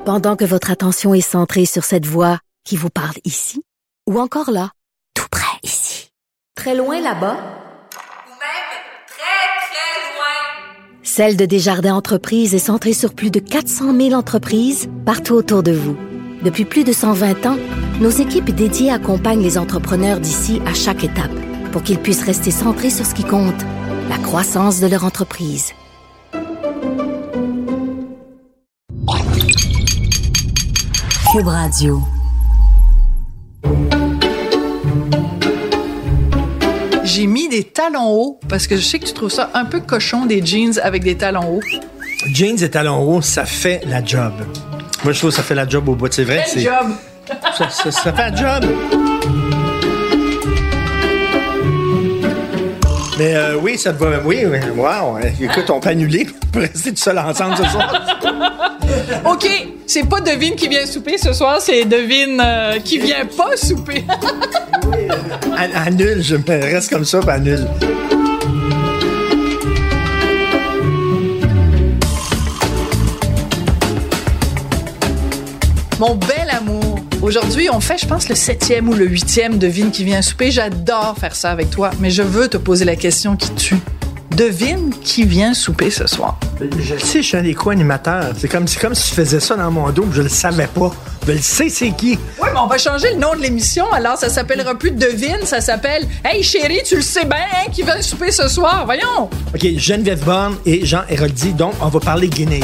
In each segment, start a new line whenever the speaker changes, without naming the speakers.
Pendant que votre attention est centrée sur cette voix qui vous parle ici, ou encore là, tout près ici, très loin là-bas,
ou même très, très loin.
Celle de Desjardins Entreprises est centrée sur plus de 400 000 entreprises partout autour de vous. Depuis plus de 120 ans, nos équipes dédiées accompagnent les entrepreneurs d'ici à chaque étape pour qu'ils puissent rester centrés sur ce qui compte, la croissance de leur entreprise.
Cube Radio.
J'ai mis des talons hauts parce que je sais que tu trouves ça un peu cochon, des jeans avec des talons hauts.
Jeans et talons hauts, ça fait la job. Moi, je trouve que ça fait la job au bout. C'est vrai.
Quel job!
Ça fait la job. Mais oui, ça te va. Oui, wow. Écoute, on peut annuler pour rester tout seul ensemble ce soir.
OK, c'est pas devine qui vient souper ce soir, c'est devine qui vient pas souper.
Annule, je me reste comme ça, puis annule.
Mon bel amour, aujourd'hui, on fait, je pense, le 7e ou le 8e devine qui vient souper. J'adore faire ça avec toi, mais je veux te poser la question qui tue. Devine qui vient souper ce soir.
Je le sais, je suis un des co-animateurs. C'est comme si tu faisais ça dans mon dos, je le savais pas. Je le sais, c'est qui.
Oui, mais on va changer le nom de l'émission. Alors, ça s'appellera plus Devine, ça s'appelle Hey chérie, tu le sais bien, hein, qui vient souper ce soir? Voyons!
OK, Geneviève Borne et Jean Héroldi, donc on va parler guinéen.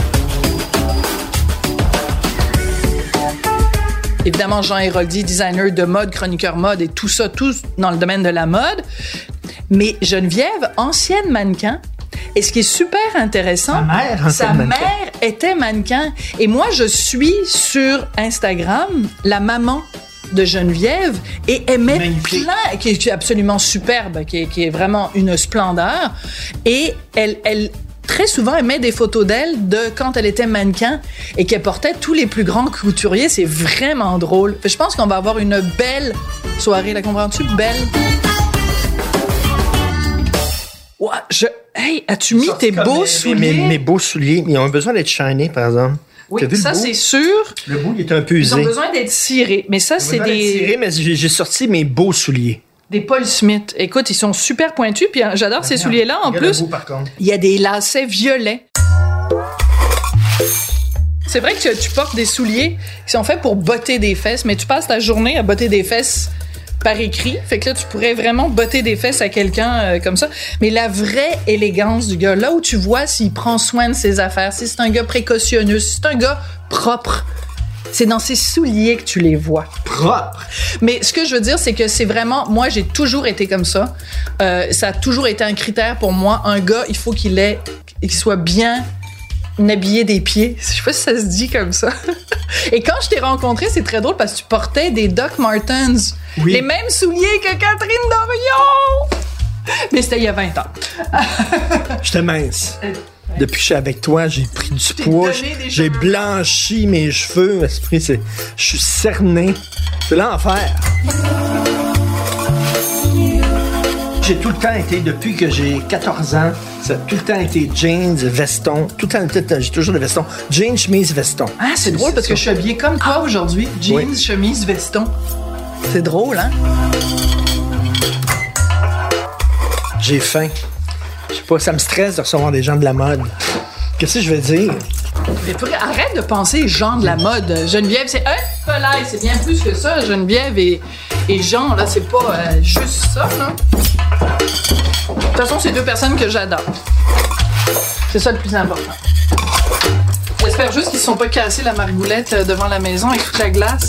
Évidemment, Jean Héroldi, designer de mode, chroniqueur mode et tout ça, tout dans le domaine de la mode. Mais Geneviève, ancienne mannequin, et ce qui est super intéressant, sa mère était mannequin. Et moi, je suis sur Instagram la maman de Geneviève et elle met plein, qui est absolument superbe, qui est vraiment une splendeur. Et elle très souvent, elle met des photos d'elle de quand elle était mannequin et qu'elle portait tous les plus grands couturiers. C'est vraiment drôle. Je pense qu'on va avoir une belle soirée. La comprends-tu? Belle. Ouais, hey, as-tu mis tes beaux souliers?
Mes beaux souliers, ils ont besoin d'être shinés, par exemple.
Oui, ça, c'est sûr.
Le bout, il est un peu usé.
Ils ont besoin d'être cirés. Mais ça, c'est des...
Cirés, mais j'ai sorti mes beaux souliers.
Des Paul Smith. Écoute, ils sont super pointus, puis j'adore ces souliers-là. En plus,
bout, par contre.
Il y a des lacets violets. C'est vrai que tu portes des souliers qui sont faits pour botter des fesses, mais tu passes ta journée à botter des fesses par écrit. Fait que là, tu pourrais vraiment botter des fesses à quelqu'un comme ça. Mais la vraie élégance du gars, là où tu vois s'il prend soin de ses affaires, si c'est un gars précautionneux, si c'est un gars propre, c'est dans ses souliers que tu les vois.
Propre.
Mais ce que je veux dire, c'est que c'est vraiment... Moi, j'ai toujours été comme ça. Ça a toujours été un critère pour moi. Un gars, il faut qu'il soit bien habillé des pieds. Je sais pas si ça se dit comme ça. Et quand je t'ai rencontré, c'est très drôle parce que tu portais des Doc Martens. Oui. Les mêmes souliers que Catherine Dorion! Mais c'était il y a 20 ans.
J'étais mince. Depuis que je suis avec toi, j'ai pris du poids, j'ai blanchi mes cheveux. Je suis cerné. C'est l'enfer. J'ai tout le temps été, depuis que j'ai 14 ans, ça a tout le temps été jeans, veston. Tout le temps, j'ai toujours des vestons. Jeans, chemise, veston.
Ah, c'est drôle parce que je suis habillée comme toi aujourd'hui. Jeans, chemise, veston. C'est drôle, hein?
J'ai faim. Je sais pas, ça me stresse de recevoir des gens de la mode. Qu'est-ce que je vais dire?
Mais arrête de penser gens de la mode. Geneviève, c'est un collègue, c'est bien plus que ça. Geneviève et Jean, là, c'est pas juste ça, là. De toute façon, c'est deux personnes que j'adore. C'est ça le plus important. J'espère juste qu'ils ne se sont pas cassés la margoulette devant la maison avec toute la glace.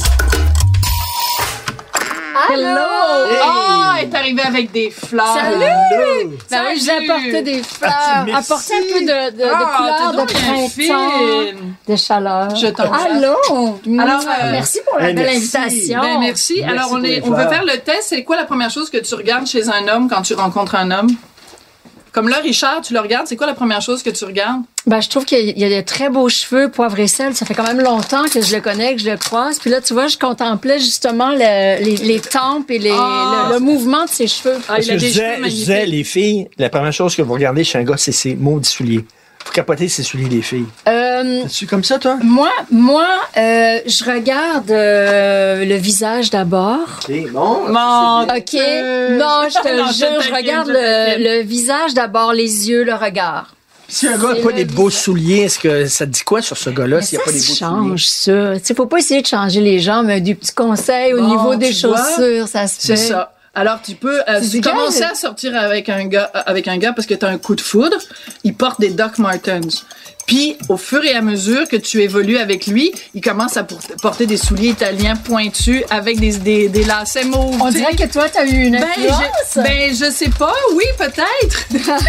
Allô!
Hey! Oh, elle est arrivée avec des fleurs.
Salut! Ben oui, j'ai apporté des fleurs. Apporté un peu de couleur, de printemps, de chaleur.
Je t'en
Allô! Alors, merci pour la belle invitation.
Ben, merci. Alors, on veut faire le test. C'est quoi la première chose que tu regardes chez un homme quand tu rencontres un homme? Comme là, Richard, tu le regardes. C'est quoi la première chose que tu regardes?
Ben, je trouve qu'il y a de très beaux cheveux, poivre et sel. Ça fait quand même longtemps que je le connais, que je le croise. Puis là, tu vois, je contemplais justement les tempes et le mouvement de ses cheveux.
Parce que je disais, les filles, la première chose que vous regardez chez un gars, c'est ses maudits souliers. Pour capoter, c'est souliers des filles. Es-tu comme ça, toi?
Moi, je regarde le visage d'abord.
OK, bon.
OK. Non, je te jure, je regarde le visage d'abord, les yeux, le regard.
Si un gars n'a pas des beaux souliers, est-ce que ça te dit quoi sur ce gars-là s'il n'y a pas des beaux souliers?
Change ça. Tu sais, faut pas essayer de changer les gens, mais du petit conseil au niveau des chaussures, ça se fait.
C'est ça. Alors, tu peux commencer à sortir avec un gars parce que tu as un coup de foudre. Il porte des Doc Martens. Puis, au fur et à mesure que tu évolues avec lui, il commence à porter des souliers italiens pointus avec des lacets mauves.
On dirait que toi, t'as eu une influence.
Je sais pas. Oui, peut-être.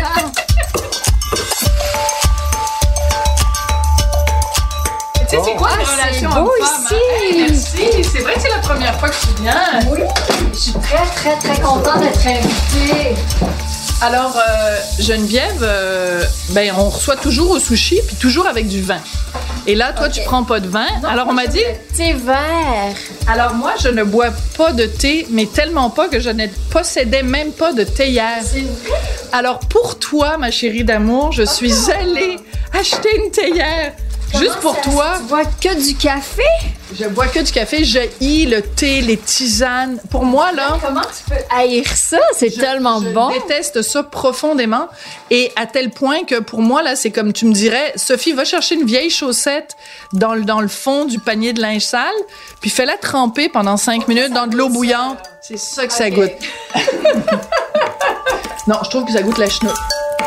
Tu sais, c'est quoi la relation homme-femme? Merci. C'est vrai que c'est la première fois que tu viens.
Oui. Je suis très, très, très contente d'être invitée.
Alors, Geneviève, on reçoit toujours au sushi, puis toujours avec du vin. Et là, toi, tu prends pas de vin.
Non,
alors, on m'a dit...
thé vert.
Alors, moi, je ne bois pas de thé, mais tellement pas que je ne possédais même pas de théière.
C'est vrai?
Alors, pour toi, ma chérie d'amour, je suis allée acheter une théière. Juste pour toi.
Tu bois que du café?
Je bois que du café. Je hais le thé, les tisanes. Pour moi, là...
Comment tu peux haïr ça? C'est tellement bon.
Je déteste ça profondément. Et à tel point que pour moi, là, c'est comme tu me dirais, Sophie, va chercher une vieille chaussette dans le fond du panier de linge sale, puis fais-la tremper pendant 5 minutes dans de l'eau bouillante. C'est ça que ça goûte. Non, je trouve que ça goûte la chenoute.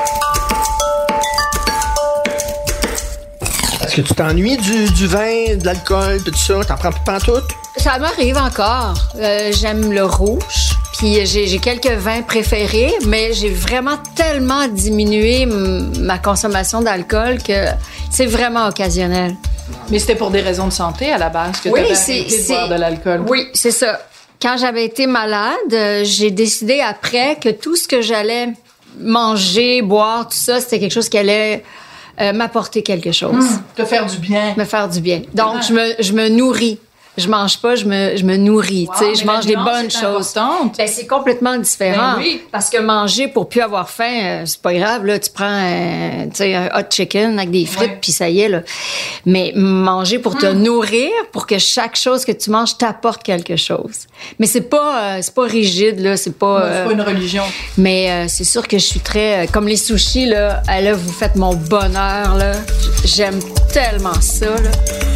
Est-ce que tu t'ennuies du vin, de l'alcool, tout ça? T'en prends plus pantoute?
Ça m'arrive encore. J'aime le rouge. Puis j'ai quelques vins préférés, mais j'ai vraiment tellement diminué ma consommation d'alcool que c'est vraiment occasionnel.
Mais c'était pour des raisons de santé à la base que tu avais arrêté de boire de l'alcool.
Oui, c'est ça. Quand j'avais été malade, j'ai décidé après que tout ce que j'allais manger, boire, tout ça, c'était quelque chose qui allait m'apporter quelque chose.
Te faire du bien.
Me faire du bien. Donc, je me nourris. Je mange pas, je me nourris.
Wow,
tu sais, je mange des bonnes choses. Ben, c'est complètement différent.
Ben oui.
Parce que manger pour plus avoir faim, c'est pas grave. Là, tu prends un hot chicken avec des frites, puis ça y est. Là. Mais manger pour te nourrir, pour que chaque chose que tu manges t'apporte quelque chose. Mais c'est pas rigide là. C'est pas
une religion.
Mais c'est sûr que je suis très comme les sushis là. Là, vous faites mon bonheur là. J'aime tellement ça là.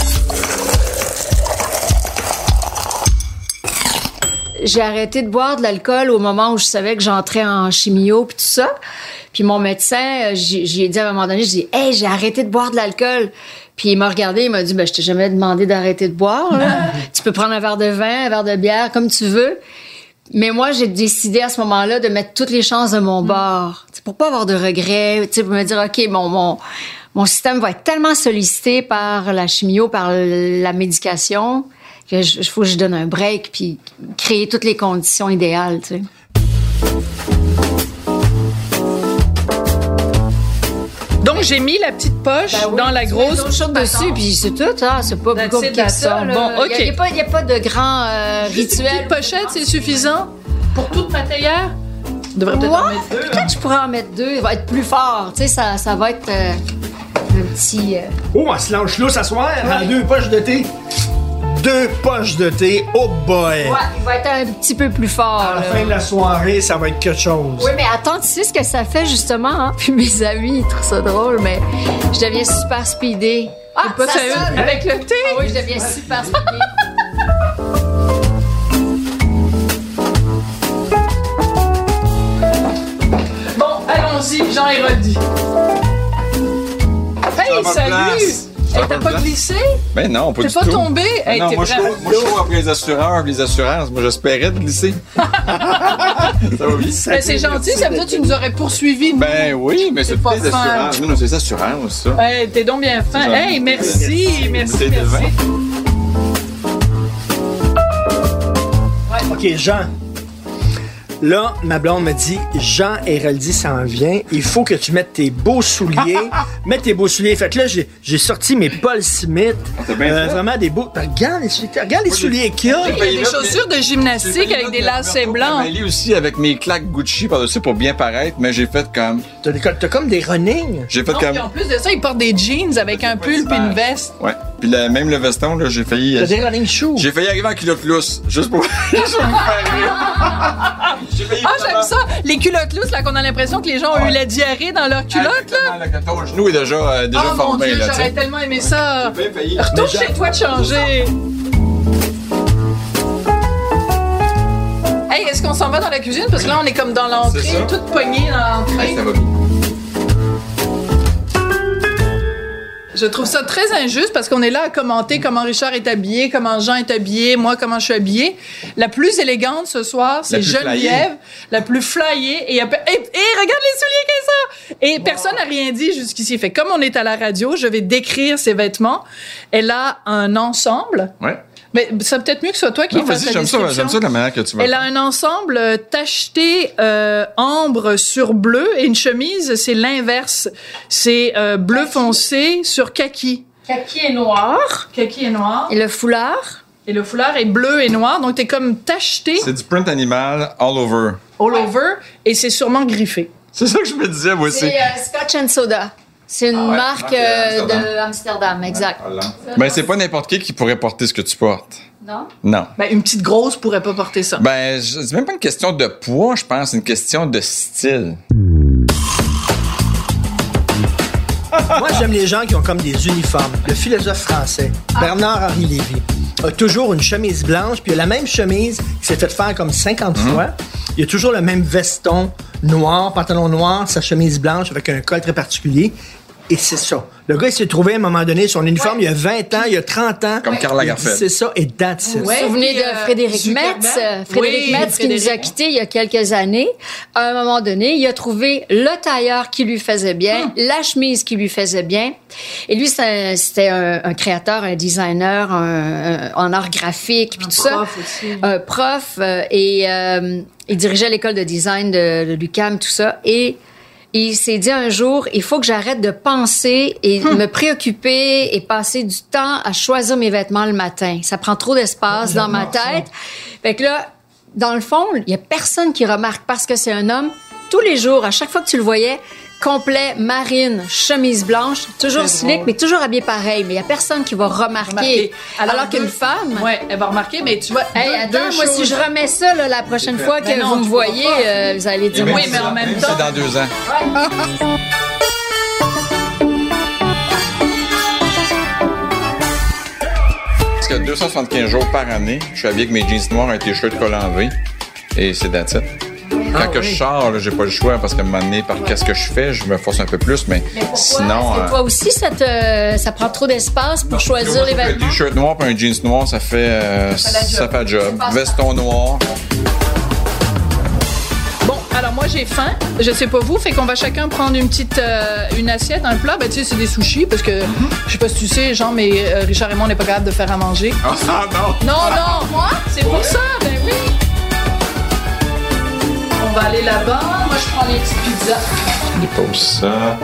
J'ai arrêté de boire de l'alcool au moment où je savais que j'entrais en chimio puis tout ça. Puis mon médecin, j'y ai dit à un moment donné, hey, j'ai arrêté de boire de l'alcool. Puis il m'a regardé, il m'a dit, je t'ai jamais demandé d'arrêter de boire. Là. Tu peux prendre un verre de vin, un verre de bière, comme tu veux. Mais moi, j'ai décidé à ce moment-là de mettre toutes les chances de mon bord. T'sais, pour pas avoir de regrets, pour me dire, OK, mon système va être tellement sollicité par la chimio, par la médication, que faut que je donne un break puis créer toutes les conditions idéales, tu sais.
Donc, j'ai mis la petite poche dans la grosse
chaude dessus, puis c'est tout, hein? C'est pas plus compliqué que ça.
Bon, OK.
Il n'y a pas de grand rituel.
Une petite pochette, c'est suffisant pour toute ma théière? Je devrais peut-être en mettre 2.
Peut-être que je pourrais en mettre 2. Il va être plus fort. Tu sais, ça va être un petit...
Oh, on se lâche là ce soir, en 2 poches de thé. 2 poches de thé, oh boy!
Ouais, il va être un petit peu plus fort.
À la fin de la soirée, ça va être quelque chose.
Oui, mais attends, tu sais ce que ça fait justement, hein? Puis mes amis, ils trouvent ça drôle, mais je deviens super speedée. Ah,
pas ça sonne. Avec le thé?
Ah oui, je deviens super speedée.
Bon, allons-y, Jean-Héroldi. Hey, salut! Hey, t'as pas glissé?
Ben non, pas du tout.
T'es pas tombé?
Ben non, moi, je suis après les assureurs, les assurances. Moi, j'espérais de glisser. Ça va vite.
Ben, c'est gentil, ça veut dire que tu nous aurais poursuivis.
Ben oui, mais c'est pas des assurances. Non, c'est des assurances, ça.
Hey, t'es donc bien fin. Hey, merci.
OK, Jean. Là, ma blonde me dit, Jean Héroldi s'en vient. Il faut que tu mettes tes beaux souliers. Mets tes beaux souliers. Fait que là, j'ai sorti mes Paul Smith. Vraiment des beaux... Regarde les souliers qu'il y a.
Il y a des chaussures de gymnastique avec des lacets blancs.
Je aussi avec mes claques Gucci par-dessus pour bien paraître, mais j'ai fait comme...
T'as comme des running.
J'ai fait
Non,
comme...
puis en plus de ça, il porte des jeans avec un pull puis une veste.
Ouais. Puis même le veston, là, j'ai failli...
T'as des running shoes.
J'ai failli arriver en culotte lousse, juste pour me faire rire.
J'aime ça! Les culottes lousses, là, qu'on a l'impression que les gens ont eu la diarrhée dans leurs culottes, là.
Ton genou est déjà
Oh mon
formé,
Dieu,
là,
j'aurais tellement aimé ça.
J'ai failli.
Retourne chez toi de changer. Hey, est-ce qu'on s'en va dans la cuisine? Parce que là, on est comme dans l'entrée, toute poignée dans l'entrée.
Hey, ça va bien.
Je trouve ça très injuste parce qu'on est là à commenter comment Richard est habillé, comment Jean est habillé, moi comment je suis habillée. La plus élégante ce soir, c'est Geneviève, la plus flyée. Et regarde les souliers qu'elle a! Et personne n'a rien dit jusqu'ici. Fait comme on est à la radio, je vais décrire ses vêtements. Elle a un ensemble.
Ouais.
Mais ça peut-être mieux que ce soit toi qui fasses la description.
J'aime ça de la manière que tu vas.
Elle a un ensemble tacheté ambre sur bleu et une chemise, c'est l'inverse. C'est bleu foncé sur kaki.
Kaki et noir.
Kaki et noir.
Et le foulard?
Et le foulard est bleu et noir, donc t'es comme tacheté.
C'est du print animal all over.
All over, et c'est sûrement griffé.
C'est ça que je me disais, moi aussi.
C'est Scotch and Soda. C'est une marque de Amsterdam, exact.
Ben, c'est pas n'importe qui pourrait porter ce que tu portes.
Non?
Non.
Ben, une petite grosse pourrait pas porter ça.
Ben, c'est même pas une question de poids, je pense. C'est une question de style.
Moi, j'aime les gens qui ont comme des uniformes. Le philosophe français, Bernard-Henri Lévy, a toujours une chemise blanche, puis il a la même chemise qui s'est fait faire comme 50 fois. Il a toujours le même veston noir, pantalon noir, sa chemise blanche avec un col très particulier. Et c'est ça. Le gars, il s'est trouvé à un moment donné son uniforme il y a 20 ans, il y a 30 ans.
Comme Karl Lagerfeld.
C'est ça, et that's it.
Vous vous souvenez de Frédéric Metz? Frédéric Metz qui nous a quittés il y a quelques années. À un moment donné, il a trouvé le tailleur qui lui faisait bien, la chemise qui lui faisait bien. Et lui, c'était un créateur, un designer, en art graphique, puis tout ça. Un prof. Et il dirigeait l'école de design de l'UQAM, tout ça. Et il s'est dit un jour, il faut que j'arrête de penser et me préoccuper et passer du temps à choisir mes vêtements le matin. Ça prend trop d'espace dans ma tête. Fait que là, dans le fond, il y a personne qui remarque parce que c'est un homme. Tous les jours, à chaque fois que tu le voyais, complet, marine, chemise blanche, toujours slick, mais toujours habillé pareil. Mais il y a personne qui va remarquer. Alors qu'une femme...
Ouais, elle va remarquer, mais tu vois...
attends, moi, si je remets ça là, la prochaine fois que vous me voyez, vous allez dire...
Oui, mais en même temps...
C'est dans 2 ans. Parce que 275 jours par année, je suis habillé avec mes jeans noirs, un t-shirt collant V, et c'est that's it. Quand je sors, là, j'ai pas le choix parce qu'à un moment donné, par qu'est-ce que je fais, je me force un peu plus, mais sinon...
Est-ce que toi aussi, ça prend trop d'espace pour choisir les vêtements?
Un t-shirt noir et un jeans noir, ça fait le job. Veston noir.
Bon, alors moi j'ai faim, je sais pas vous, fait qu'on va chacun prendre une assiette, un plat. Ben tu sais, c'est des sushis parce que je sais pas si tu sais, Jean, mais Richard et moi on n'est pas capable de faire à manger.
Ah non!
Non, moi, c'est pour ça, ben oui. On va aller là-bas. Moi, je prends les petites pizzas.
Je dépose ça.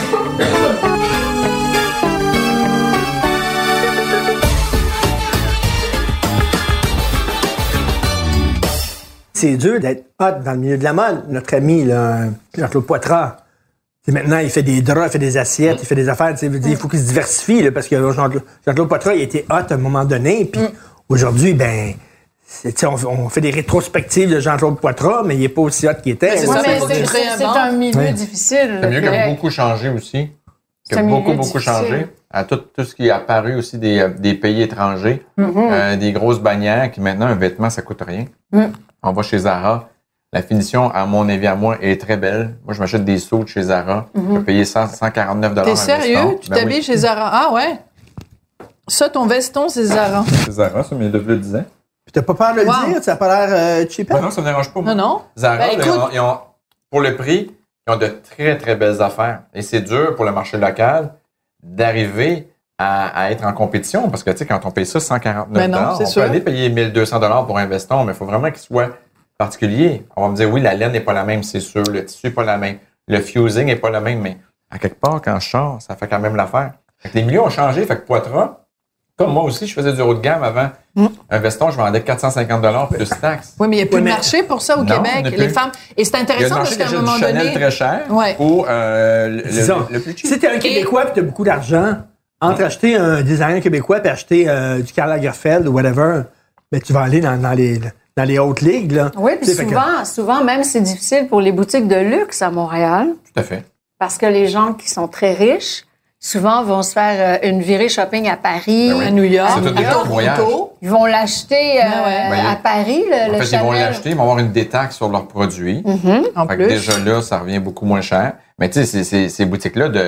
C'est dur d'être hot dans le milieu de la mode. Notre ami, là, Jean-Claude Poitras, maintenant, il fait des draps, il fait des assiettes, il fait des affaires. Il faut qu'il se diversifie là, parce que Jean-Claude Poitras, il était hot à un moment donné. Puis aujourd'hui, ben... on fait des rétrospectives de Jean-Claude Poitras, mais il n'est pas aussi hot qu'il était.
C'est un milieu difficile.
Le milieu qui a beaucoup changé aussi. Qui a beaucoup changé. À tout ce qui est apparu aussi des pays étrangers. Des grosses bannières qui maintenant, un vêtement, ça coûte rien. On va chez Zara. La finition, à mon avis, à moi, est très belle. Moi, je m'achète des sauts de chez Zara. Je vais payer 149 $.
T'es sérieux? Tu t'habilles chez Zara? Ah ouais? Ça, ton veston, c'est Zara.
C'est Zara, ça m'est depuis 10 ans.
Puis t'as pas peur de le dire? Ça n'a pas l'air cheap?
Non, ça me dérange pas. Moi.
Non?
Zara,
Ben,
ils ont, pour le prix, ils ont de très, très belles affaires. Et c'est dur pour le marché local d'arriver à être en compétition. Parce que, tu sais, quand on paye ça 149 $, on peut aller payer 1200 $ pour un veston, mais il faut vraiment qu'il soit particulier. On va me dire, oui, la laine n'est pas la même, c'est sûr. Le tissu n'est pas la même. Le fusing n'est pas le même. Mais à quelque part, quand je sors, ça fait quand même l'affaire. Fait que les milieux ont changé. Fait que Poitras, comme moi aussi, je faisais du haut de gamme avant. Un veston, je vendais 450 plus taxes.
Oui, mais il n'y a plus de marché pour ça au Québec. Les femmes. Et c'est intéressant parce qu'à un moment donné.
Chanel très cher ou le plus cheap.
Si t'es un Québécois et t'as beaucoup d'argent, entre acheter un designer québécois et acheter du Karl Lagerfeld ou whatever, ben, tu vas aller dans les hautes ligues. Là.
Oui, puis souvent, même c'est difficile pour les boutiques de luxe à Montréal.
Tout à fait.
Parce que les gens qui sont très riches, souvent vont se faire une virée shopping à Paris,
à New York,
c'est tout des voyages.
Ils vont l'acheter à Paris, le
En fait,
Chanel.
ils vont l'acheter, ils vont avoir une détaxe sur leurs produits.
En
Fait
plus.
que déjà là, ça revient beaucoup moins cher. Mais tu sais, ces boutiques-là de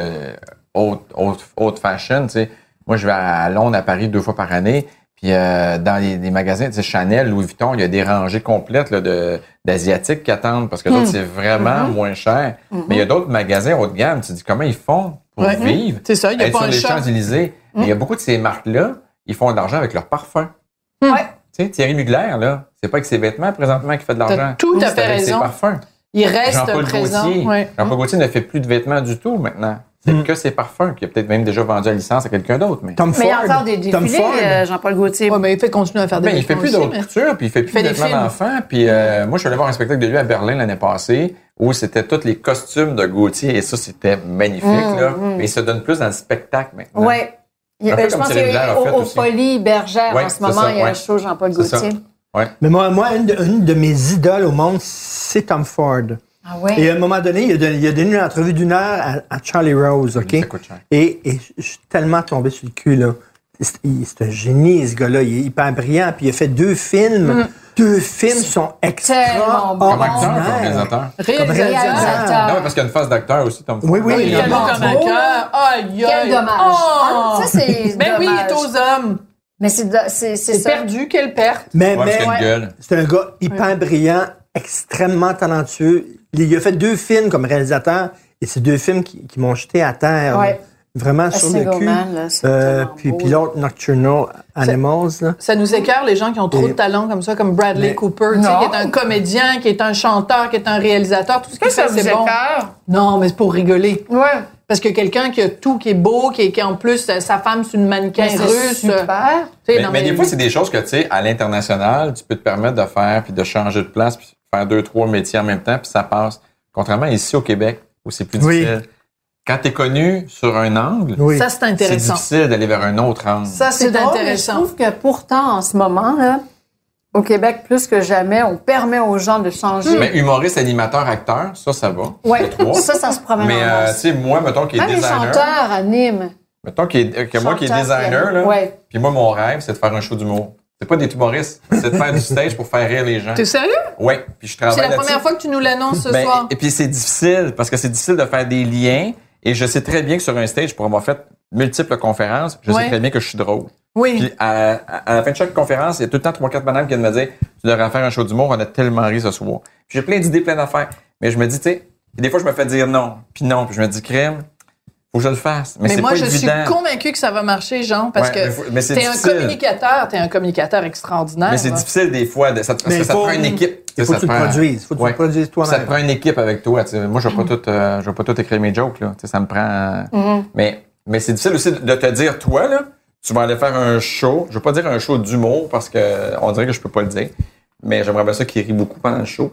haute fashion, tu sais, moi, je vais à Londres, à Paris 2 fois par année. Puis dans les magasins, tu sais, Chanel, Louis Vuitton, il y a des rangées complètes là, d'Asiatiques qui attendent parce que d'autres, c'est vraiment moins cher. Mais il y a d'autres magasins haut de gamme. Tu te dis, comment ils font pour vivre?
C'est ça, il n'y a
être
pas
sur
un
les
shop.
Champs-Élysées. Mais il y a beaucoup de ces marques-là, ils font de l'argent avec leurs parfums.
Ouais.
Tu sais, Thierry Mugler, là, c'est pas avec ses vêtements présentement qu'il fait de l'argent.
T'as tout à
C'est
fait
avec
raison.
ses parfums.
Il reste
Jean-Paul
présent.
Gaultier.
Ouais.
Jean-Paul Gaultier ne fait plus de vêtements du tout maintenant. C'est que ses parfums, qui a peut-être même déjà vendu la licence à quelqu'un d'autre. Mais
Tom
Mais il y a
Ford.
encore des défilés, Jean-Paul Gaultier.
Ouais, mais il fait continuer à faire des
il fait plus
vêtements
d'autres
aussi,
couture, puis il fait plus
fait
de
des
vêtements
films.
d'enfants. Puis moi, je suis allé voir un spectacle de lui à Berlin l'année passée, où c'était tous les costumes de Gaultier, et ça, c'était magnifique. Là. Mais il se donne plus dans le spectacle maintenant.
Oui.
Un peu
Je
comme
pense
Thierry Mugler a fait
qu'au
aussi.
Folies Bergère,
Ouais,
en ce
c'est
moment,
ça,
il y a
ouais.
un show Jean-Paul
C'est ça.
Gaultier.
Ouais.
Mais moi, une de mes idoles au monde, c'est Tom Ford.
Ah oui?
Et à un moment donné, il a donné une entrevue d'1 heure à Charlie Rose, OK?
Ça coûte cher.
Et je suis tellement tombé sur le cul, là. C'est un génie, ce gars-là. Il est hyper brillant. Puis il a fait 2 films. 2 films sont
tellement bon.
Comme acteur, comme réalisateur.
Comme réalisateur.
Non, mais parce qu'il y a une phase d'acteur aussi, Tom Ford.
Oui, oui.
Il y a
il
beau
a-
comme un cœur. Aïe,
Quel
aïe.
dommage.
Oh!
Ça, c'est
Ben oui, il
dommage.
est aux hommes.
Mais c'est
C'est
ça.
perdu, quelle perte.
Mais,
Ouais, parce qu'il a
mais
une gueule.
c'est un gars hyper brillant, extrêmement talentueux. Il a fait 2 films comme réalisateur. Et c'est 2 films qui m'ont jeté à terre.
Ouais.
là. Vraiment sur le
Single
cul.
Man, là, c'est tellement
Puis
beau.
l'autre, Nocturnal Animals. Là.
Ça nous écœure les gens qui ont trop de talent comme ça, comme Bradley
Mais-
Cooper, tu sais,
Non.
qui est un comédien, qui est un chanteur, qui est un réalisateur. Tout ce qu'il fait, c'est bon. Non, mais c'est pour rigoler.
Ouais.
Parce que quelqu'un qui a tout, qui est beau, qui en plus, sa femme, c'est une mannequin
Mais c'est
russe.
super.
Tu sais, non,
Mais des fois, c'est des choses que, tu sais, à l'international, tu peux te permettre de faire, puis de changer de place, puis faire 2-3 métiers en même temps, puis ça passe. Contrairement ici au Québec, où c'est plus
Oui.
difficile. Quand tu es connu sur un angle,
Oui.
Ça, c'est
c'est
intéressant.
difficile d'aller vers un autre angle.
Ça, c'est
drôle, mais
intéressant.
Je trouve que pourtant, en ce moment, là, au Québec, plus que jamais, on permet aux gens de changer.
Mais humoriste, animateur, acteur, ça va.
Ouais.
Les 3.
Ça se promène
Mais,
en
tu
masse.
sais, moi, mettons, qui est
Même les
designer.
chanteurs animent.
Mettons que moi qui est designer, là.
Ouais.
Puis moi, mon rêve, c'est de faire un show d'humour. C'est pas d'être humoriste, c'est de faire du stage pour faire rire les gens.
T'es sérieux?
Oui, puis je travaille
C'est la
là-dessus.
première fois que tu nous l'annonces ce
Ben,
soir.
et puis c'est difficile, parce que c'est difficile de faire des liens. Et je sais très bien que sur un stage, pour avoir fait multiples conférences, je
Ouais.
sais très bien que je suis drôle.
Oui.
Puis à la fin de chaque conférence, il y a tout le temps 3-4 madames qui viennent me dire « Tu devrais faire un show d'humour, on a tellement ri ce soir. » Puis j'ai plein d'idées, plein d'affaires. Mais je me dis, tu sais, des fois je me fais dire non, puis je me dis « Crème, faut que je le fasse. » Mais c'est
moi,
pas
je
évident.
suis convaincue que ça va marcher, Jean, parce
Ouais, mais c'est
t'es un
difficile.
communicateur extraordinaire.
Mais c'est
là.
difficile des fois, parce que ça te prend une équipe.
Il faut que tu le produises. Il faut que tu
Ouais.
le produises
Ça
toi-même.
te prend une équipe avec toi. Tu sais, moi, je vais pas tout écrire mes jokes. Là. Tu sais, ça me prend. Mais c'est difficile aussi de te dire, toi, là, tu vas aller faire un show. Je veux pas dire un show d'humour parce que on dirait que je peux pas le dire. Mais j'aimerais bien ça qu'il rit beaucoup pendant le show.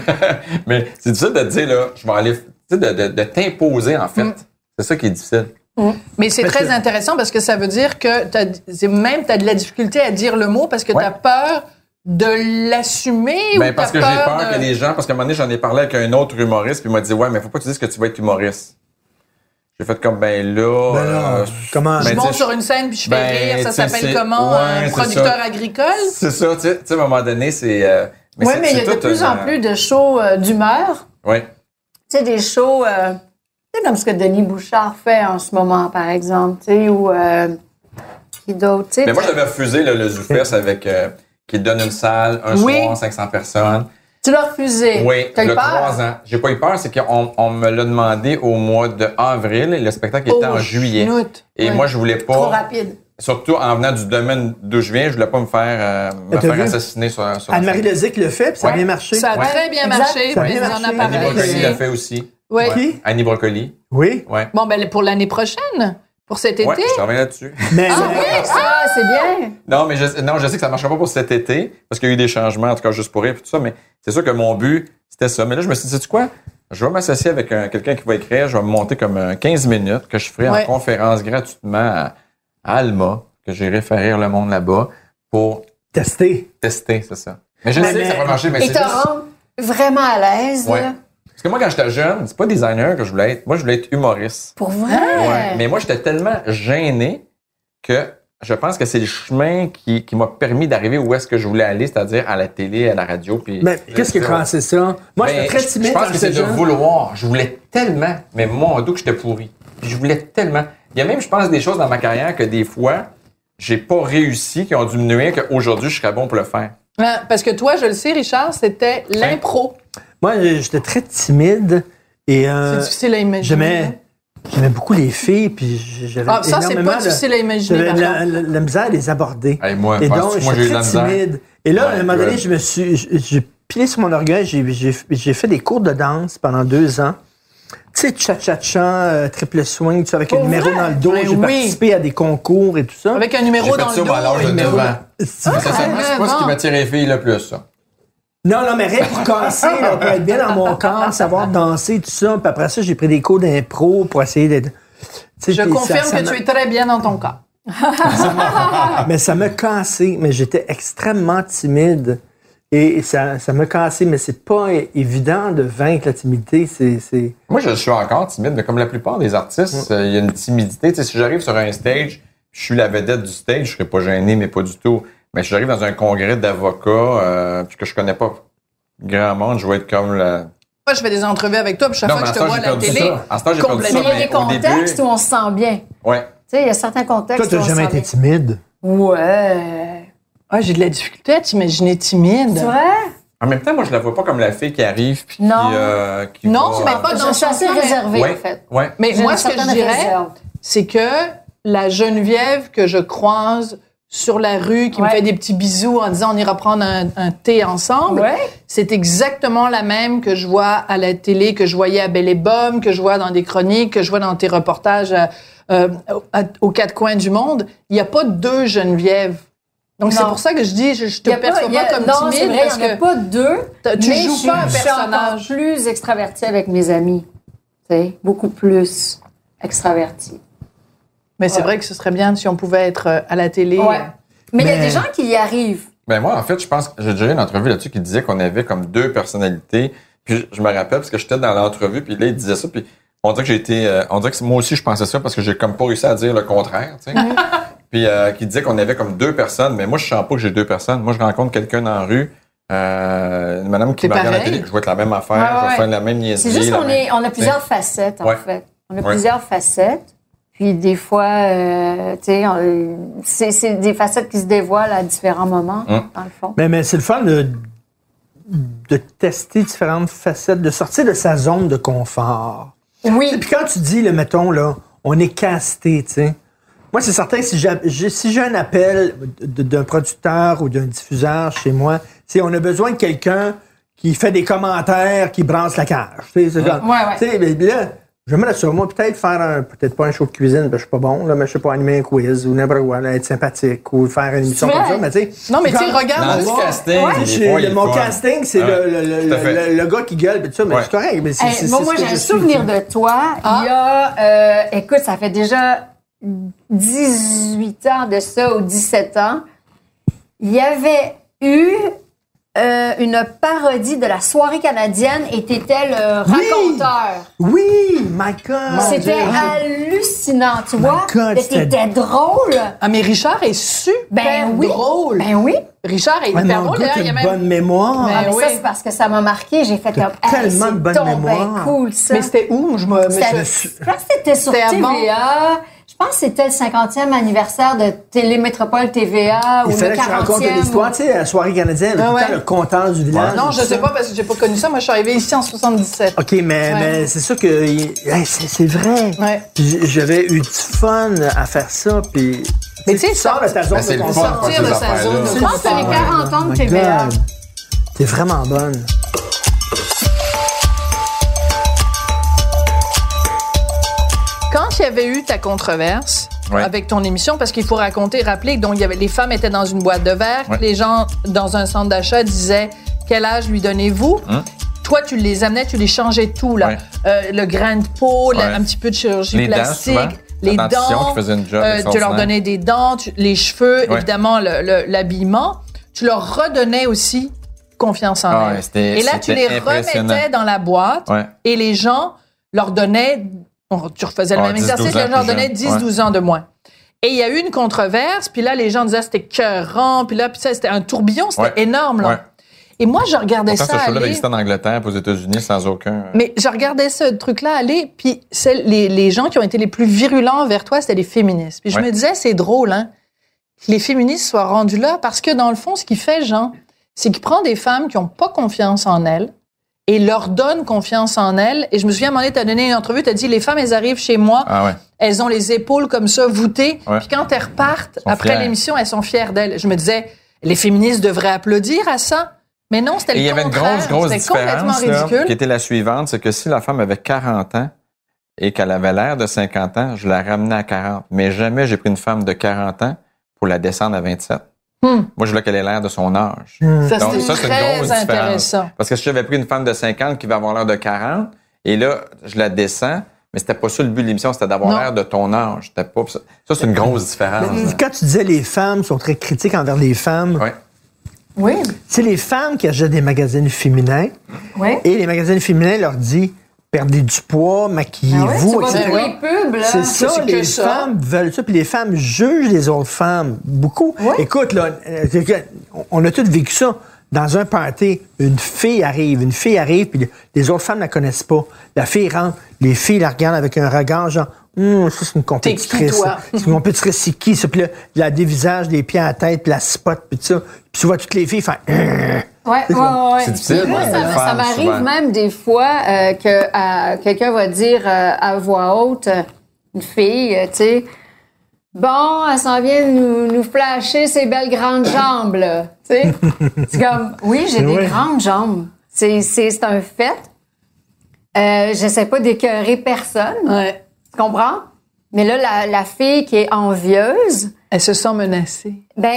Mais c'est difficile de te dire, là, je vais aller, tu sais, de t'imposer, en fait. C'est ça qui est difficile.
Mais c'est très intéressant parce que ça veut dire que t'as de la difficulté à dire le mot parce que
Ouais.
t'as peur de l'assumer
Ben,
ou
parce
t'as
que j'ai
peur
peur
de...
que les gens, parce qu'à un moment donné, j'en ai parlé avec un autre humoriste, puis il m'a dit, ouais, mais faut pas que tu dises que tu vas être humoriste. J'ai fait comme, ben là.
Ben là, comment?
Je
ben,
monte
tu sais,
sur une scène puis je fais
ben,
rire. Ça
tu sais,
s'appelle
c'est-
comment?
ouais,
Un
c'est
producteur
ça.
agricole?
C'est ça, tu sais, à un moment donné, c'est.
Oui, mais il y a de plus en plus de shows d'humeur.
Oui.
Tu sais, des shows, tu sais, comme ce que Denis Bouchard fait en ce moment, par exemple, tu sais, ou qui d'autre, tu sais.
Mais moi, j'avais refusé le Zoufest avec. Qui donne une salle, un
Oui.
soir, 500 personnes.
Tu l'as refusé.
Oui,
T'as eu
le
peur?
3 ans. J'ai pas eu peur, c'est qu'on me l'a demandé au mois d'avril. Le spectacle était en juillet.
Chenoute.
Et
Ouais.
moi, je voulais pas.
Trop rapide.
surtout en venant du domaine d'où je viens, je voulais pas me faire assassiner sur
Anne-Marie Lezic le fait, puis ça a bien marché.
Ça a très bien marché.
Ça a bien
mais on en a
marché.
parlé
Annie Brocoli
ici.
l'a fait aussi.
Oui.
Qui?
Annie Brocoli.
Oui.
Ouais.
Bon, ben pour l'année prochaine, pour cet été.
Ouais, je travaille là-dessus.
Mais,
Ah, c'est bien.
Non, mais je sais que ça ne marchera pas pour cet été, parce qu'il y a eu des changements, en tout cas, juste pour rire et tout ça, mais c'est sûr que mon but, c'était ça. Mais là, je me suis dit, sais-tu quoi? Je vais m'associer avec quelqu'un qui va écrire, je vais me monter comme 15 minutes que je ferai en conférence gratuitement à Alma, que j'irai faire rire le monde là-bas pour
tester,
c'est ça. Mais je sais que ça va marcher, mais
et te rendre vraiment à l'aise.
Ouais.
Là.
Parce que moi, quand j'étais jeune, c'est pas designer que je voulais être. Moi, je voulais être humoriste.
Pour vrai?
Ouais. Mais moi, j'étais tellement gêné que je pense que c'est le chemin qui m'a permis d'arriver où est-ce que je voulais aller, c'est-à-dire à la télé, à la radio. Puis
mais qu'est-ce qui a commencé ça? Moi, j'étais très timide.
Je pense que c'est de vouloir. Je voulais tellement, mais mon Dieu que j'étais pourri. Puis je voulais tellement. Il y a même, je pense, des choses dans ma carrière que des fois, j'ai pas réussi, qui ont dû me nuire, qu'aujourd'hui, je serais bon pour le faire.
Parce que toi, je le sais, Richard, c'était l'impro.
Moi, j'étais très timide et
c'est difficile à imaginer.
J'aimais beaucoup les filles, puis j'avais
ça, c'est pas difficile à imaginer.
J'avais la misère à les aborder.
Hey, moi,
et donc,
j'ai
j'étais
eu
très timide. Et là, à un moment donné, j'ai pilé sur mon orgueil, j'ai fait des cours de danse pendant 2 ans. Tu sais, cha-cha-cha, triple swing, tu sais, avec un numéro dans le dos. J'ai participé à des concours et tout ça.
Avec un numéro dans le dos.
À l'âge de 9 ans. C'est pas ce qui m'attire les filles le plus, ça.
Non, mais rien pour casser, là, pour être bien dans mon corps, savoir danser, tout ça. Puis après ça, j'ai pris des cours d'impro pour essayer d'être...
Je confirme que tu es très bien dans ton corps.
Mais ça m'a cassé. Mais j'étais extrêmement timide. Et ça m'a cassé. Mais c'est pas évident de vaincre la timidité.
Moi, je suis encore timide, mais comme la plupart des artistes, il y a une timidité. Tu sais, si j'arrive sur un stage, je suis la vedette du stage, je serais pas gêné, mais pas du tout. Mais si j'arrive dans un congrès d'avocats, puis que je connais pas grand monde, je vais être comme la...
Moi, je fais des entrevues avec toi, puis chaque fois que je te vois à la télé...
À ce temps, j'ai perdu ça,
mais il y a des contextes où on se sent bien.
Ouais.
Tu sais, il y a certains contextes
Toi, t'as jamais été timide?
Ouais.
Ah, j'ai de la difficulté à t'imaginer timide.
C'est vrai?
En même temps, moi, je la vois pas comme la fille qui arrive puis qui
non,
va...
mais pas dans
je suis assez réservée, en fait.
Ouais.
Mais moi, ce que je dirais, c'est que la Geneviève que je croise sur la rue, qui me fait des petits bisous en disant on ira prendre un thé ensemble, c'est exactement la même que je vois à la télé, que je voyais à Belle et Bomme, que je vois dans des chroniques, que je vois dans tes reportages aux 4 coins du monde. Il n'y a pas 2 Geneviève. Donc, c'est pour ça que je dis, je te perçois pas comme timide.
Non, c'est vrai, il n'y en a pas 2.
Tu joues pas un personnage.
Je suis encore plus extravertie avec mes amis. Tu sais, beaucoup plus extravertie.
Mais c'est vrai que ce serait bien si on pouvait être à la télé.
Ouais. Mais il y a des gens qui y arrivent.
Ben moi, en fait, je pense que j'ai déjà eu une entrevue là-dessus qui disait qu'on avait comme 2 personnalités. Puis je me rappelle parce que j'étais dans l'entrevue, puis là, il disait ça, puis on dirait que moi aussi, je pensais ça parce que j'ai comme pas réussi à dire le contraire, tu sais. Puis qui disait qu'on avait comme 2 personnes, mais moi, je sens pas que j'ai 2 personnes. Moi, je rencontre quelqu'un dans la rue, une madame qui me regarde à la télé, je vois être la même affaire, je vais faire la même niaiserie.
C'est juste qu'on a plusieurs facettes, en fait. On a plusieurs facettes. Puis des fois, tu sais, c'est des facettes qui se dévoilent à différents moments, dans le fond.
Mais c'est le fun de tester différentes facettes, de sortir de sa zone de confort.
Oui.
Puis quand tu dis, mettons, là, on est casté, tu sais. Moi, c'est certain, si j'ai un appel d'un producteur ou d'un diffuseur chez moi, c'est on a besoin de quelqu'un qui fait des commentaires, qui brasse la cage. Tu sais, là, j'aimerais sur moi peut-être faire peut-être pas un show de cuisine, parce que je suis pas bon, là, mais je sais pas, animer un quiz ou n'importe quoi, là, être sympathique ou faire une émission comme ça, mais tu sais.
Non, mais tu sais, regarde.
Dans le casting,
mon casting, c'est le gars qui gueule, et tout ça, mais c'est correct. Mais
moi, j'ai un souvenir de toi. Il y a, écoute, ça fait déjà 18 ans de ça, ou 17 ans. Il y avait eu une parodie de la soirée canadienne et t'étais le raconteur.
Oui, my God!
C'était hallucinant, tu vois? T'étais drôle.
Ah, mais Richard est super drôle.
Ben oui.
Richard est hyper drôle.
Il a une bonne mémoire.
Mais ça, c'est parce que ça m'a marqué. J'ai fait comme,
tellement de bonne mémoire.
Cool, ça.
Mais c'était où? Je pense
que c'était sur TVA. Je pense que c'était le 50e anniversaire de Télémétropole TVA ou le 40e.
Il fallait que je raconte une histoire, tu sais, à la soirée canadienne, le compteur du village.
Non, je sais pas parce que j'ai pas connu ça. Moi, je suis arrivée ici en 77.
OK, mais c'est sûr que c'est vrai.
Ouais.
J'avais eu du fun à faire ça, puis
Mais tu sais,
sors de ta zone
c'est
de
le fun,
confort.
sortir de
ces
sa
affaires-là.
zone de
Je pense que c'est les 40 ans de
My
TVA.
God. T'es vraiment bonne.
Quand il y avait eu ta controverse
Ouais.
avec ton émission, parce qu'il faut rappeler que donc, les femmes étaient dans une boîte de verre,
Ouais.
les gens dans un centre d'achat disaient quel âge lui donnez-vous? Toi, tu les amenais, tu les changeais tout, là.
Ouais.
Le grain de peau,
Ouais.
un petit peu de chirurgie
Les dents,
plastique,
souvent.
les
La dentition
dents.
qui faisait une job
tu leur
extraordinaire.
donnais des dents, les cheveux,
Ouais.
évidemment, l'habillement. Tu leur redonnais aussi confiance en
Ah,
elles.
ouais, c'était-
Et là, tu
c'était
les
impressionnant.
remettais dans la boîte
Ouais.
et les gens leur donnaient, tu refaisais le
Ouais,
même
10,
exercice,
12
les
ans
gens leur
plus
donnaient
jeune.
10-12 ans de moins. Et il y a eu une controverse, puis là, les gens disaient c'était écœurant, puis là, puis ça, c'était un tourbillon, c'était
Ouais.
énorme, là.
Ouais.
Et moi, je regardais
Pourtant,
ça
ce show-là
aller.
existait en Angleterre, puis aux États-Unis, sans aucun...
Mais je regardais ce truc-là aller, puis les gens qui ont été les plus virulents vers toi, c'était les féministes. Puis je
Ouais.
me disais, c'est drôle, hein, que les féministes soient rendus là, parce que dans le fond, ce qu'il fait, Jean, c'est qu'il prend des femmes qui n'ont pas confiance en elles et leur donne confiance en elles. Et je me souviens, à un moment donné, tu as donné une entrevue, tu as dit, les femmes, elles arrivent chez moi,
Ah ouais.
elles ont les épaules comme ça, voûtées,
Ouais.
puis quand elles repartent,
sont
après
fières.
l'émission, elles sont fières d'elles. Je me disais, les féministes devraient applaudir à ça. Mais non, c'était
Et
le
il y avait une
contraire.
grosse
C'était complètement
différence, là,
ridicule.
qui était la suivante, c'est que si la femme avait 40 ans et qu'elle avait l'air de 50 ans, je la ramenais à 40. Mais jamais j'ai pris une femme de 40 ans pour la descendre à 27. Moi, je voulais qu'elle ait l'air de son âge.
Ça,
Donc,
c'était
ça, c'est une
très
grosse différence.
intéressant.
Parce que si j'avais pris une femme de 50 qui va avoir l'air de 40, et là, je la descends, mais c'était pas ça le but de l'émission, c'était d'avoir
Non.
l'air de ton âge. C'était pas ça. Ça, c'est une grosse différence.
Mais quand tu disais les femmes sont très critiques envers les femmes,
Ouais.
Oui,
c'est les femmes qui achètent des magazines féminins
oui.
et les magazines féminins leur disent perdez du poids,
Ah ouais,
maquillez-vous,
tu vas
etc.
trouver les pubs, là.
C'est ça,
c'est que
les
ça.
femmes veulent ça, puis les femmes jugent les autres femmes beaucoup.
Ouais.
Écoute, là, on a tous vécu ça. Dans un party, une fille arrive, puis les autres femmes ne la connaissent pas. La fille rentre, les filles la regardent avec un regard genre, ça c'est une compétitrice.
toi?
C'est une compétitrice, c'est qui ça? Puis là, la dévisage, des pieds à la tête, puis la spot, puis tout ça. Puis tu vois toutes les filles faire,
Ouais.
C'est difficile,
Moi,
les
ça
femmes,
m'arrive
souvent.
même des fois que quelqu'un va dire à voix haute, une fille, tu sais, bon, elle s'en vient nous flasher ses belles grandes jambes, là. Tu sais, c'est comme, oui, j'ai
Ouais.
des grandes jambes. C'est un fait. J'essaie pas d'écœurer personne.
Ouais.
Tu comprends? Mais là, la fille qui est envieuse,
Elles se sont menacées.
ben,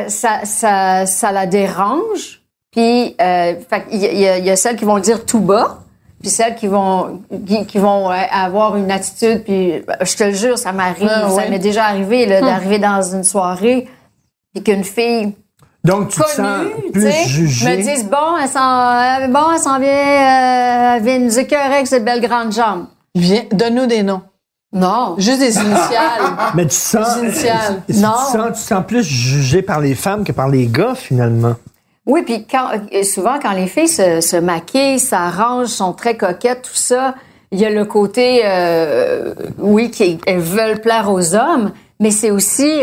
ça la dérange. Puis, fait qu'il y a celles qui vont le dire tout bas, puis celles qui vont avoir une attitude. Puis, je te le jure, ça m'arrive,
Ah,
ça
ouais.
m'est déjà arrivé là, d'arriver dans une soirée puis qu'une fille
donc tu te sens
connue, tu
plus
sais,
jugée.
me dise bon, elle s'en vient, elle vient nous écœurer avec ses belles grandes jambes.
Viens, donne-nous des noms.
Non.
Juste des initiales.
Mais tu sens,
Les initiales.
Non.
tu sens plus jugé par les femmes que par les gars, finalement.
Oui, puis souvent, quand les filles se maquillent, s'arrangent, sont très coquettes, tout ça, il y a le côté, oui, qu'elles veulent plaire aux hommes, mais c'est aussi